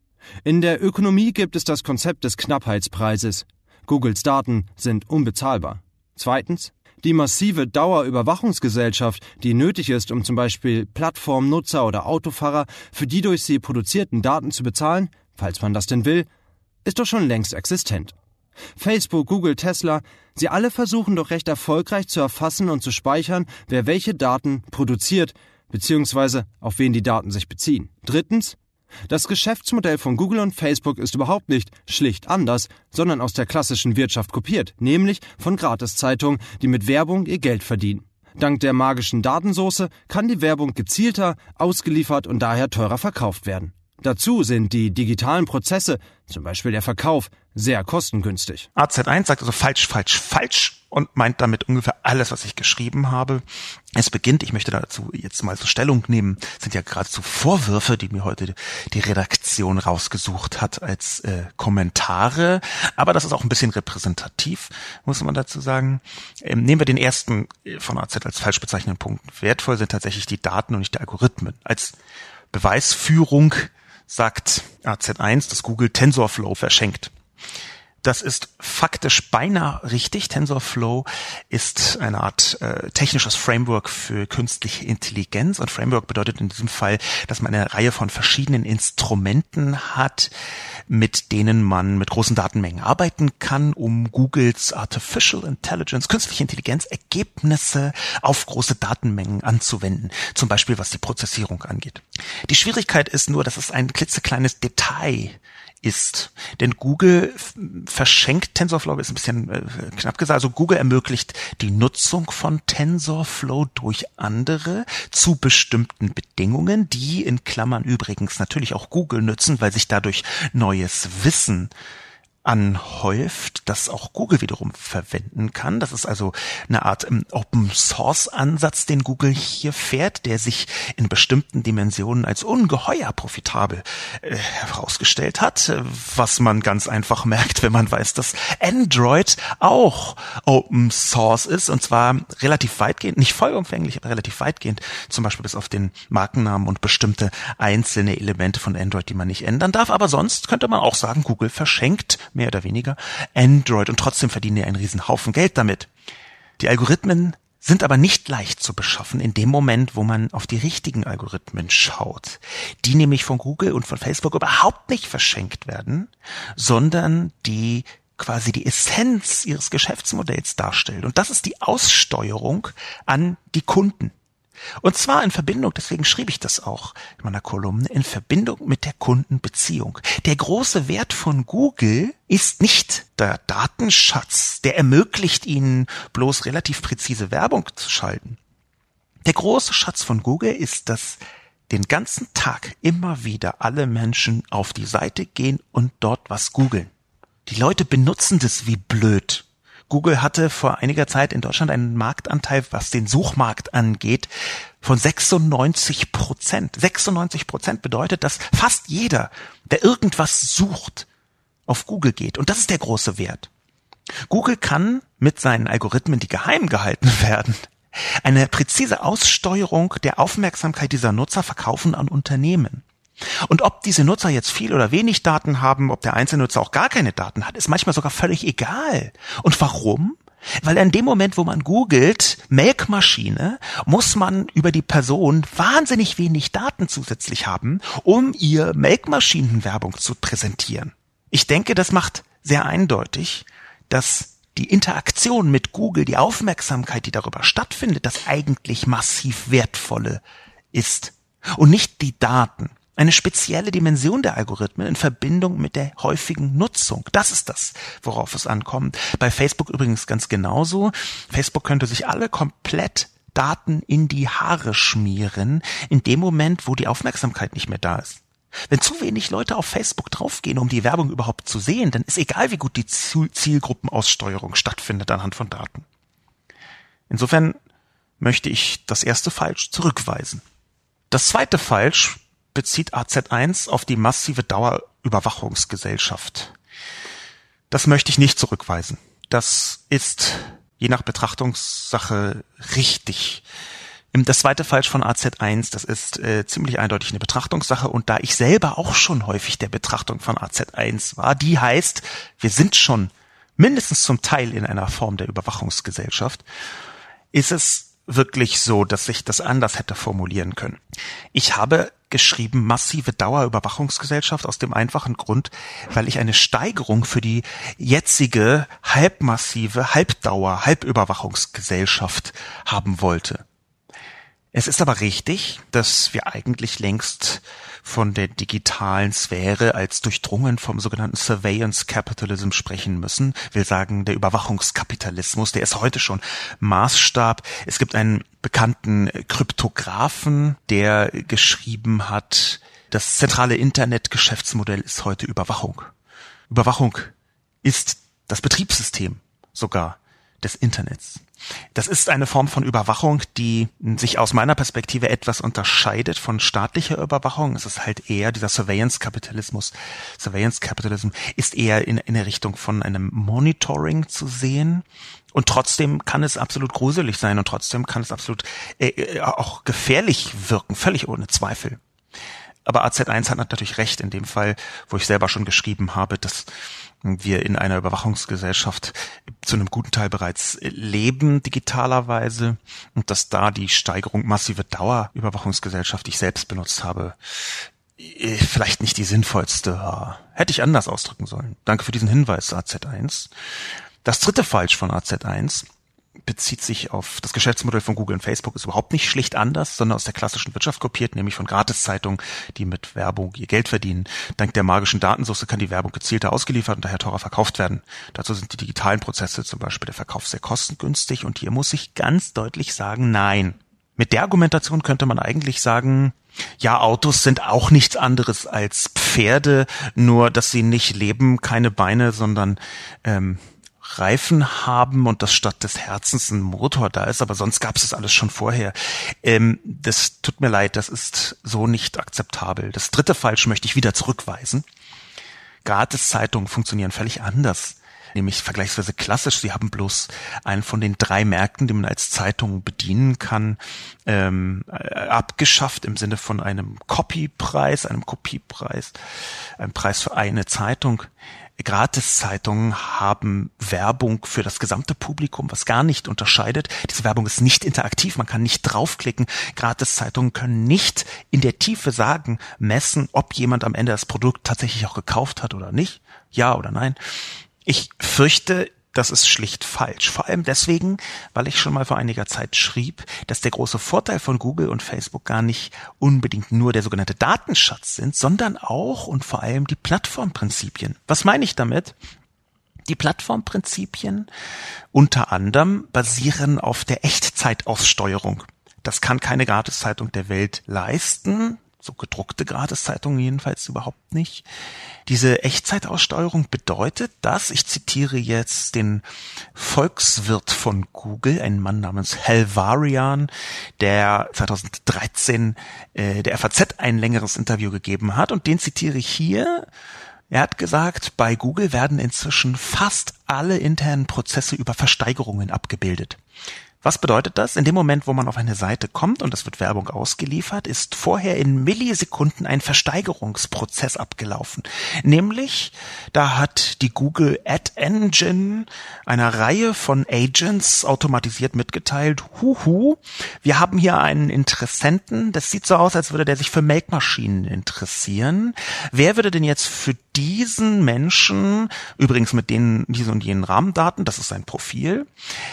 In der Ökonomie gibt es das Konzept des Knappheitspreises. Googles Daten sind unbezahlbar. Zweitens, die massive Dauerüberwachungsgesellschaft, die nötig ist, um zum Beispiel Plattformnutzer oder Autofahrer für die durch sie produzierten Daten zu bezahlen, falls man das denn will, ist doch schon längst existent. Facebook, Google, Tesla, sie alle versuchen doch recht erfolgreich zu erfassen und zu speichern, wer welche Daten produziert, beziehungsweise auf wen die Daten sich beziehen. Drittens, das Geschäftsmodell von Google und Facebook ist überhaupt nicht schlicht anders, sondern aus der klassischen Wirtschaft kopiert, nämlich von Gratiszeitungen, die mit Werbung ihr Geld verdienen. Dank der magischen Datensoße kann die Werbung gezielter, ausgeliefert und daher teurer verkauft werden. Dazu sind die digitalen Prozesse, zum Beispiel der Verkauf, sehr kostengünstig. A Z eins sagt also falsch, falsch, falsch und meint damit ungefähr alles, was ich geschrieben habe. Es beginnt, ich möchte dazu jetzt mal so Stellung nehmen, sind ja geradezu Vorwürfe, die mir heute die Redaktion rausgesucht hat als äh, Kommentare, aber das ist auch ein bisschen repräsentativ, muss man dazu sagen. Ähm, nehmen wir den ersten von A Z als falsch bezeichneten Punkt. Wertvoll sind tatsächlich die Daten und nicht die Algorithmen. Als Beweisführung sagt A Z eins, dass Google TensorFlow verschenkt. Das ist faktisch beinahe richtig. TensorFlow ist eine Art äh, technisches Framework für künstliche Intelligenz. Und Framework bedeutet in diesem Fall, dass man eine Reihe von verschiedenen Instrumenten hat, mit denen man mit großen Datenmengen arbeiten kann, um Googles Artificial Intelligence, künstliche Intelligenz, Ergebnisse auf große Datenmengen anzuwenden. Zum Beispiel was die Prozessierung angeht. Die Schwierigkeit ist nur, dass es ein klitzekleines Detail ist. Denn Google verschenkt TensorFlow, ist ein bisschen äh, knapp gesagt, also Google ermöglicht die Nutzung von TensorFlow durch andere zu bestimmten Bedingungen, die in Klammern übrigens natürlich auch Google nützen, weil sich dadurch neues Wissen anhäuft, das auch Google wiederum verwenden kann. Das ist also eine Art um, Open-Source-Ansatz, den Google hier fährt, der sich in bestimmten Dimensionen als ungeheuer profitabel äh, herausgestellt hat, was man ganz einfach merkt, wenn man weiß, dass Android auch Open-Source ist, und zwar relativ weitgehend, nicht vollumfänglich, aber relativ weitgehend, zum Beispiel bis auf den Markennamen und bestimmte einzelne Elemente von Android, die man nicht ändern darf. Aber sonst könnte man auch sagen, Google verschenkt mehr oder weniger Android und trotzdem verdienen die einen riesen Haufen Geld damit. Die Algorithmen sind aber nicht leicht zu beschaffen in dem Moment, wo man auf die richtigen Algorithmen schaut, die nämlich von Google und von Facebook überhaupt nicht verschenkt werden, sondern die quasi die Essenz ihres Geschäftsmodells darstellen. Und das ist die Aussteuerung an die Kunden. Und zwar in Verbindung, deswegen schrieb ich das auch in meiner Kolumne, in Verbindung mit der Kundenbeziehung. Der große Wert von Google ist nicht der Datenschatz, der ermöglicht ihnen bloß relativ präzise Werbung zu schalten. Der große Schatz von Google ist, dass den ganzen Tag immer wieder alle Menschen auf die Seite gehen und dort was googeln. Die Leute benutzen das wie blöd. Google hatte vor einiger Zeit in Deutschland einen Marktanteil, was den Suchmarkt angeht, von sechsundneunzig Prozent. sechsundneunzig Prozent bedeutet, dass fast jeder, der irgendwas sucht, auf Google geht. Und das ist der große Wert. Google kann mit seinen Algorithmen, die geheim gehalten werden, eine präzise Aussteuerung der Aufmerksamkeit dieser Nutzer verkaufen an Unternehmen. Und ob diese Nutzer jetzt viel oder wenig Daten haben, ob der einzelne Nutzer auch gar keine Daten hat, ist manchmal sogar völlig egal. Und warum? Weil in dem Moment, wo man googelt, Melkmaschine, muss man über die Person wahnsinnig wenig Daten zusätzlich haben, um ihr Melkmaschinenwerbung zu präsentieren. Ich denke, das macht sehr eindeutig, dass die Interaktion mit Google, die Aufmerksamkeit, die darüber stattfindet, das eigentlich massiv wertvolle ist und nicht die Daten. Eine spezielle Dimension der Algorithmen in Verbindung mit der häufigen Nutzung. Das ist das, worauf es ankommt. Bei Facebook übrigens ganz genauso. Facebook könnte sich alle komplett Daten in die Haare schmieren, in dem Moment, wo die Aufmerksamkeit nicht mehr da ist. Wenn zu wenig Leute auf Facebook draufgehen, um die Werbung überhaupt zu sehen, dann ist egal, wie gut die Zielgruppenaussteuerung stattfindet anhand von Daten. Insofern möchte ich das erste Falsch zurückweisen. Das zweite Falsch bezieht A Z eins auf die massive Dauerüberwachungsgesellschaft. Das möchte ich nicht zurückweisen. Das ist je nach Betrachtungssache richtig. Das zweite Falsch von A Z eins, das ist äh, ziemlich eindeutig eine Betrachtungssache. Und da ich selber auch schon häufig der Betrachtung von A Z eins war, die heißt, wir sind schon mindestens zum Teil in einer Form der Überwachungsgesellschaft, ist es wirklich so, dass ich das anders hätte formulieren können. Ich habe geschrieben massive Dauerüberwachungsgesellschaft aus dem einfachen Grund, weil ich eine Steigerung für die jetzige halbmassive Halbdauer, Halbüberwachungsgesellschaft haben wollte. Es ist aber richtig, dass wir eigentlich längst von der digitalen Sphäre als durchdrungen vom sogenannten Surveillance Capitalism sprechen müssen. Will sagen, der Überwachungskapitalismus, der ist heute schon Maßstab. Es gibt einen bekannten Kryptographen, der geschrieben hat, das zentrale Internetgeschäftsmodell ist heute Überwachung. Überwachung ist das Betriebssystem sogar des Internets. Das ist eine Form von Überwachung, die sich aus meiner Perspektive etwas unterscheidet von staatlicher Überwachung. Es ist halt eher dieser Surveillance-Kapitalismus. Surveillance-Capitalism ist eher in, in der Richtung von einem Monitoring zu sehen. Und trotzdem kann es absolut gruselig sein und trotzdem kann es absolut äh, auch gefährlich wirken, völlig ohne Zweifel. Aber A Z eins hat natürlich recht in dem Fall, wo ich selber schon geschrieben habe, dass wir in einer Überwachungsgesellschaft zu einem guten Teil bereits leben, digitalerweise, und dass da die Steigerung massive Dauerüberwachungsgesellschaft, die ich selbst benutzt habe, vielleicht nicht die sinnvollste war. Hätte ich anders ausdrücken sollen. Danke für diesen Hinweis, A Z eins. Das dritte Falsch von A Z eins bezieht sich auf das Geschäftsmodell von Google und Facebook, ist überhaupt nicht schlicht anders, sondern aus der klassischen Wirtschaft kopiert, nämlich von Gratiszeitungen, die mit Werbung ihr Geld verdienen. Dank der magischen Datensoße kann die Werbung gezielter ausgeliefert und daher teurer verkauft werden. Dazu sind die digitalen Prozesse, zum Beispiel der Verkauf, sehr kostengünstig und hier muss ich ganz deutlich sagen, nein. Mit der Argumentation könnte man eigentlich sagen, ja, Autos sind auch nichts anderes als Pferde, nur dass sie nicht leben, keine Beine, sondern ähm, Reifen haben und dass statt des Herzens ein Motor da ist, aber sonst gab es das alles schon vorher. Ähm, das tut mir leid, das ist so nicht akzeptabel. Das dritte Falsch möchte ich wieder zurückweisen. Gratiszeitungen funktionieren völlig anders nämlich vergleichsweise klassisch. Sie haben bloß einen von den drei Märkten, die man als Zeitung bedienen kann, ähm, abgeschafft im Sinne von einem Copypreis, einem Kopiepreis, einem Preis für eine Zeitung. Gratiszeitungen haben Werbung für das gesamte Publikum, was gar nicht unterscheidet. Diese Werbung ist nicht interaktiv, man kann nicht draufklicken. Gratiszeitungen können nicht in der Tiefe sagen, messen, ob jemand am Ende das Produkt tatsächlich auch gekauft hat oder nicht. Ja oder nein. Ich fürchte, das ist schlicht falsch. Vor allem deswegen, weil ich schon mal vor einiger Zeit schrieb, dass der große Vorteil von Google und Facebook gar nicht unbedingt nur der sogenannte Datenschatz sind, sondern auch und vor allem die Plattformprinzipien. Was meine ich damit? Die Plattformprinzipien unter anderem basieren auf der Echtzeitaussteuerung. Das kann keine Gratiszeitung der Welt leisten. So gedruckte Gratiszeitungen jedenfalls überhaupt nicht. Diese Echtzeitaussteuerung bedeutet, dass, ich zitiere jetzt den Volkswirt von Google, einen Mann namens Hal Varian, der zweitausenddreizehn äh, der F A Z ein längeres Interview gegeben hat, und den zitiere ich hier. Er hat gesagt, bei Google werden inzwischen fast alle internen Prozesse über Versteigerungen abgebildet. Was bedeutet das? In dem Moment, wo man auf eine Seite kommt und es wird Werbung ausgeliefert, ist vorher in Millisekunden ein Versteigerungsprozess abgelaufen. Nämlich, da hat die Google Ad Engine einer Reihe von Agents automatisiert mitgeteilt, huhu, wir haben hier einen Interessenten, das sieht so aus, als würde der sich für Melkmaschinen interessieren. Wer würde denn jetzt für diesen Menschen, übrigens mit den diesen und jenen Rahmendaten, das ist sein Profil,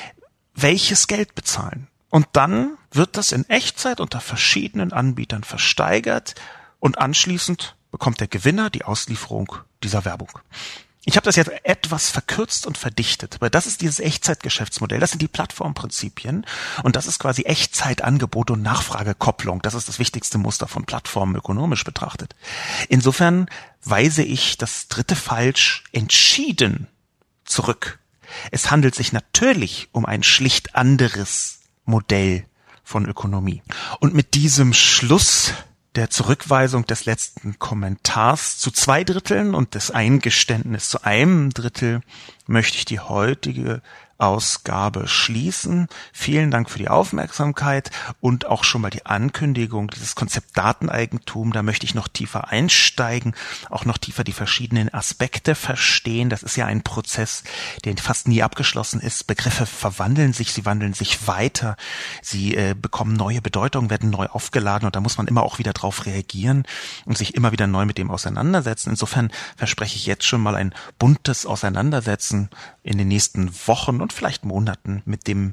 welches Geld bezahlen? Und dann wird das in Echtzeit unter verschiedenen Anbietern versteigert und anschließend bekommt der Gewinner die Auslieferung dieser Werbung. Ich habe das jetzt etwas verkürzt und verdichtet, aber das ist dieses Echtzeitgeschäftsmodell, das sind die Plattformprinzipien und das ist quasi Echtzeitangebot und Nachfragekopplung. Das ist das wichtigste Muster von Plattformen ökonomisch betrachtet. Insofern weise ich das dritte Falsch entschieden zurück. Es handelt sich natürlich um ein schlicht anderes Modell von Ökonomie. Und mit diesem Schluss der Zurückweisung des letzten Kommentars zu zwei Dritteln und des Eingeständnisses zu einem Drittel möchte ich die heutige Ausgabe schließen. Vielen Dank für die Aufmerksamkeit und auch schon mal die Ankündigung, dieses Konzept Dateneigentum. Da möchte ich noch tiefer einsteigen, auch noch tiefer die verschiedenen Aspekte verstehen. Das ist ja ein Prozess, der fast nie abgeschlossen ist. Begriffe verwandeln sich, sie wandeln sich weiter, sie äh, bekommen neue Bedeutung, werden neu aufgeladen und da muss man immer auch wieder drauf reagieren und sich immer wieder neu mit dem auseinandersetzen. Insofern verspreche ich jetzt schon mal ein buntes Auseinandersetzen in den nächsten Wochen und vielleicht Monaten mit dem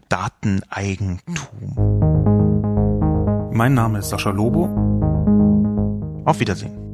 Dateneigentum. Mein Name ist Sascha Lobo. Auf Wiedersehen.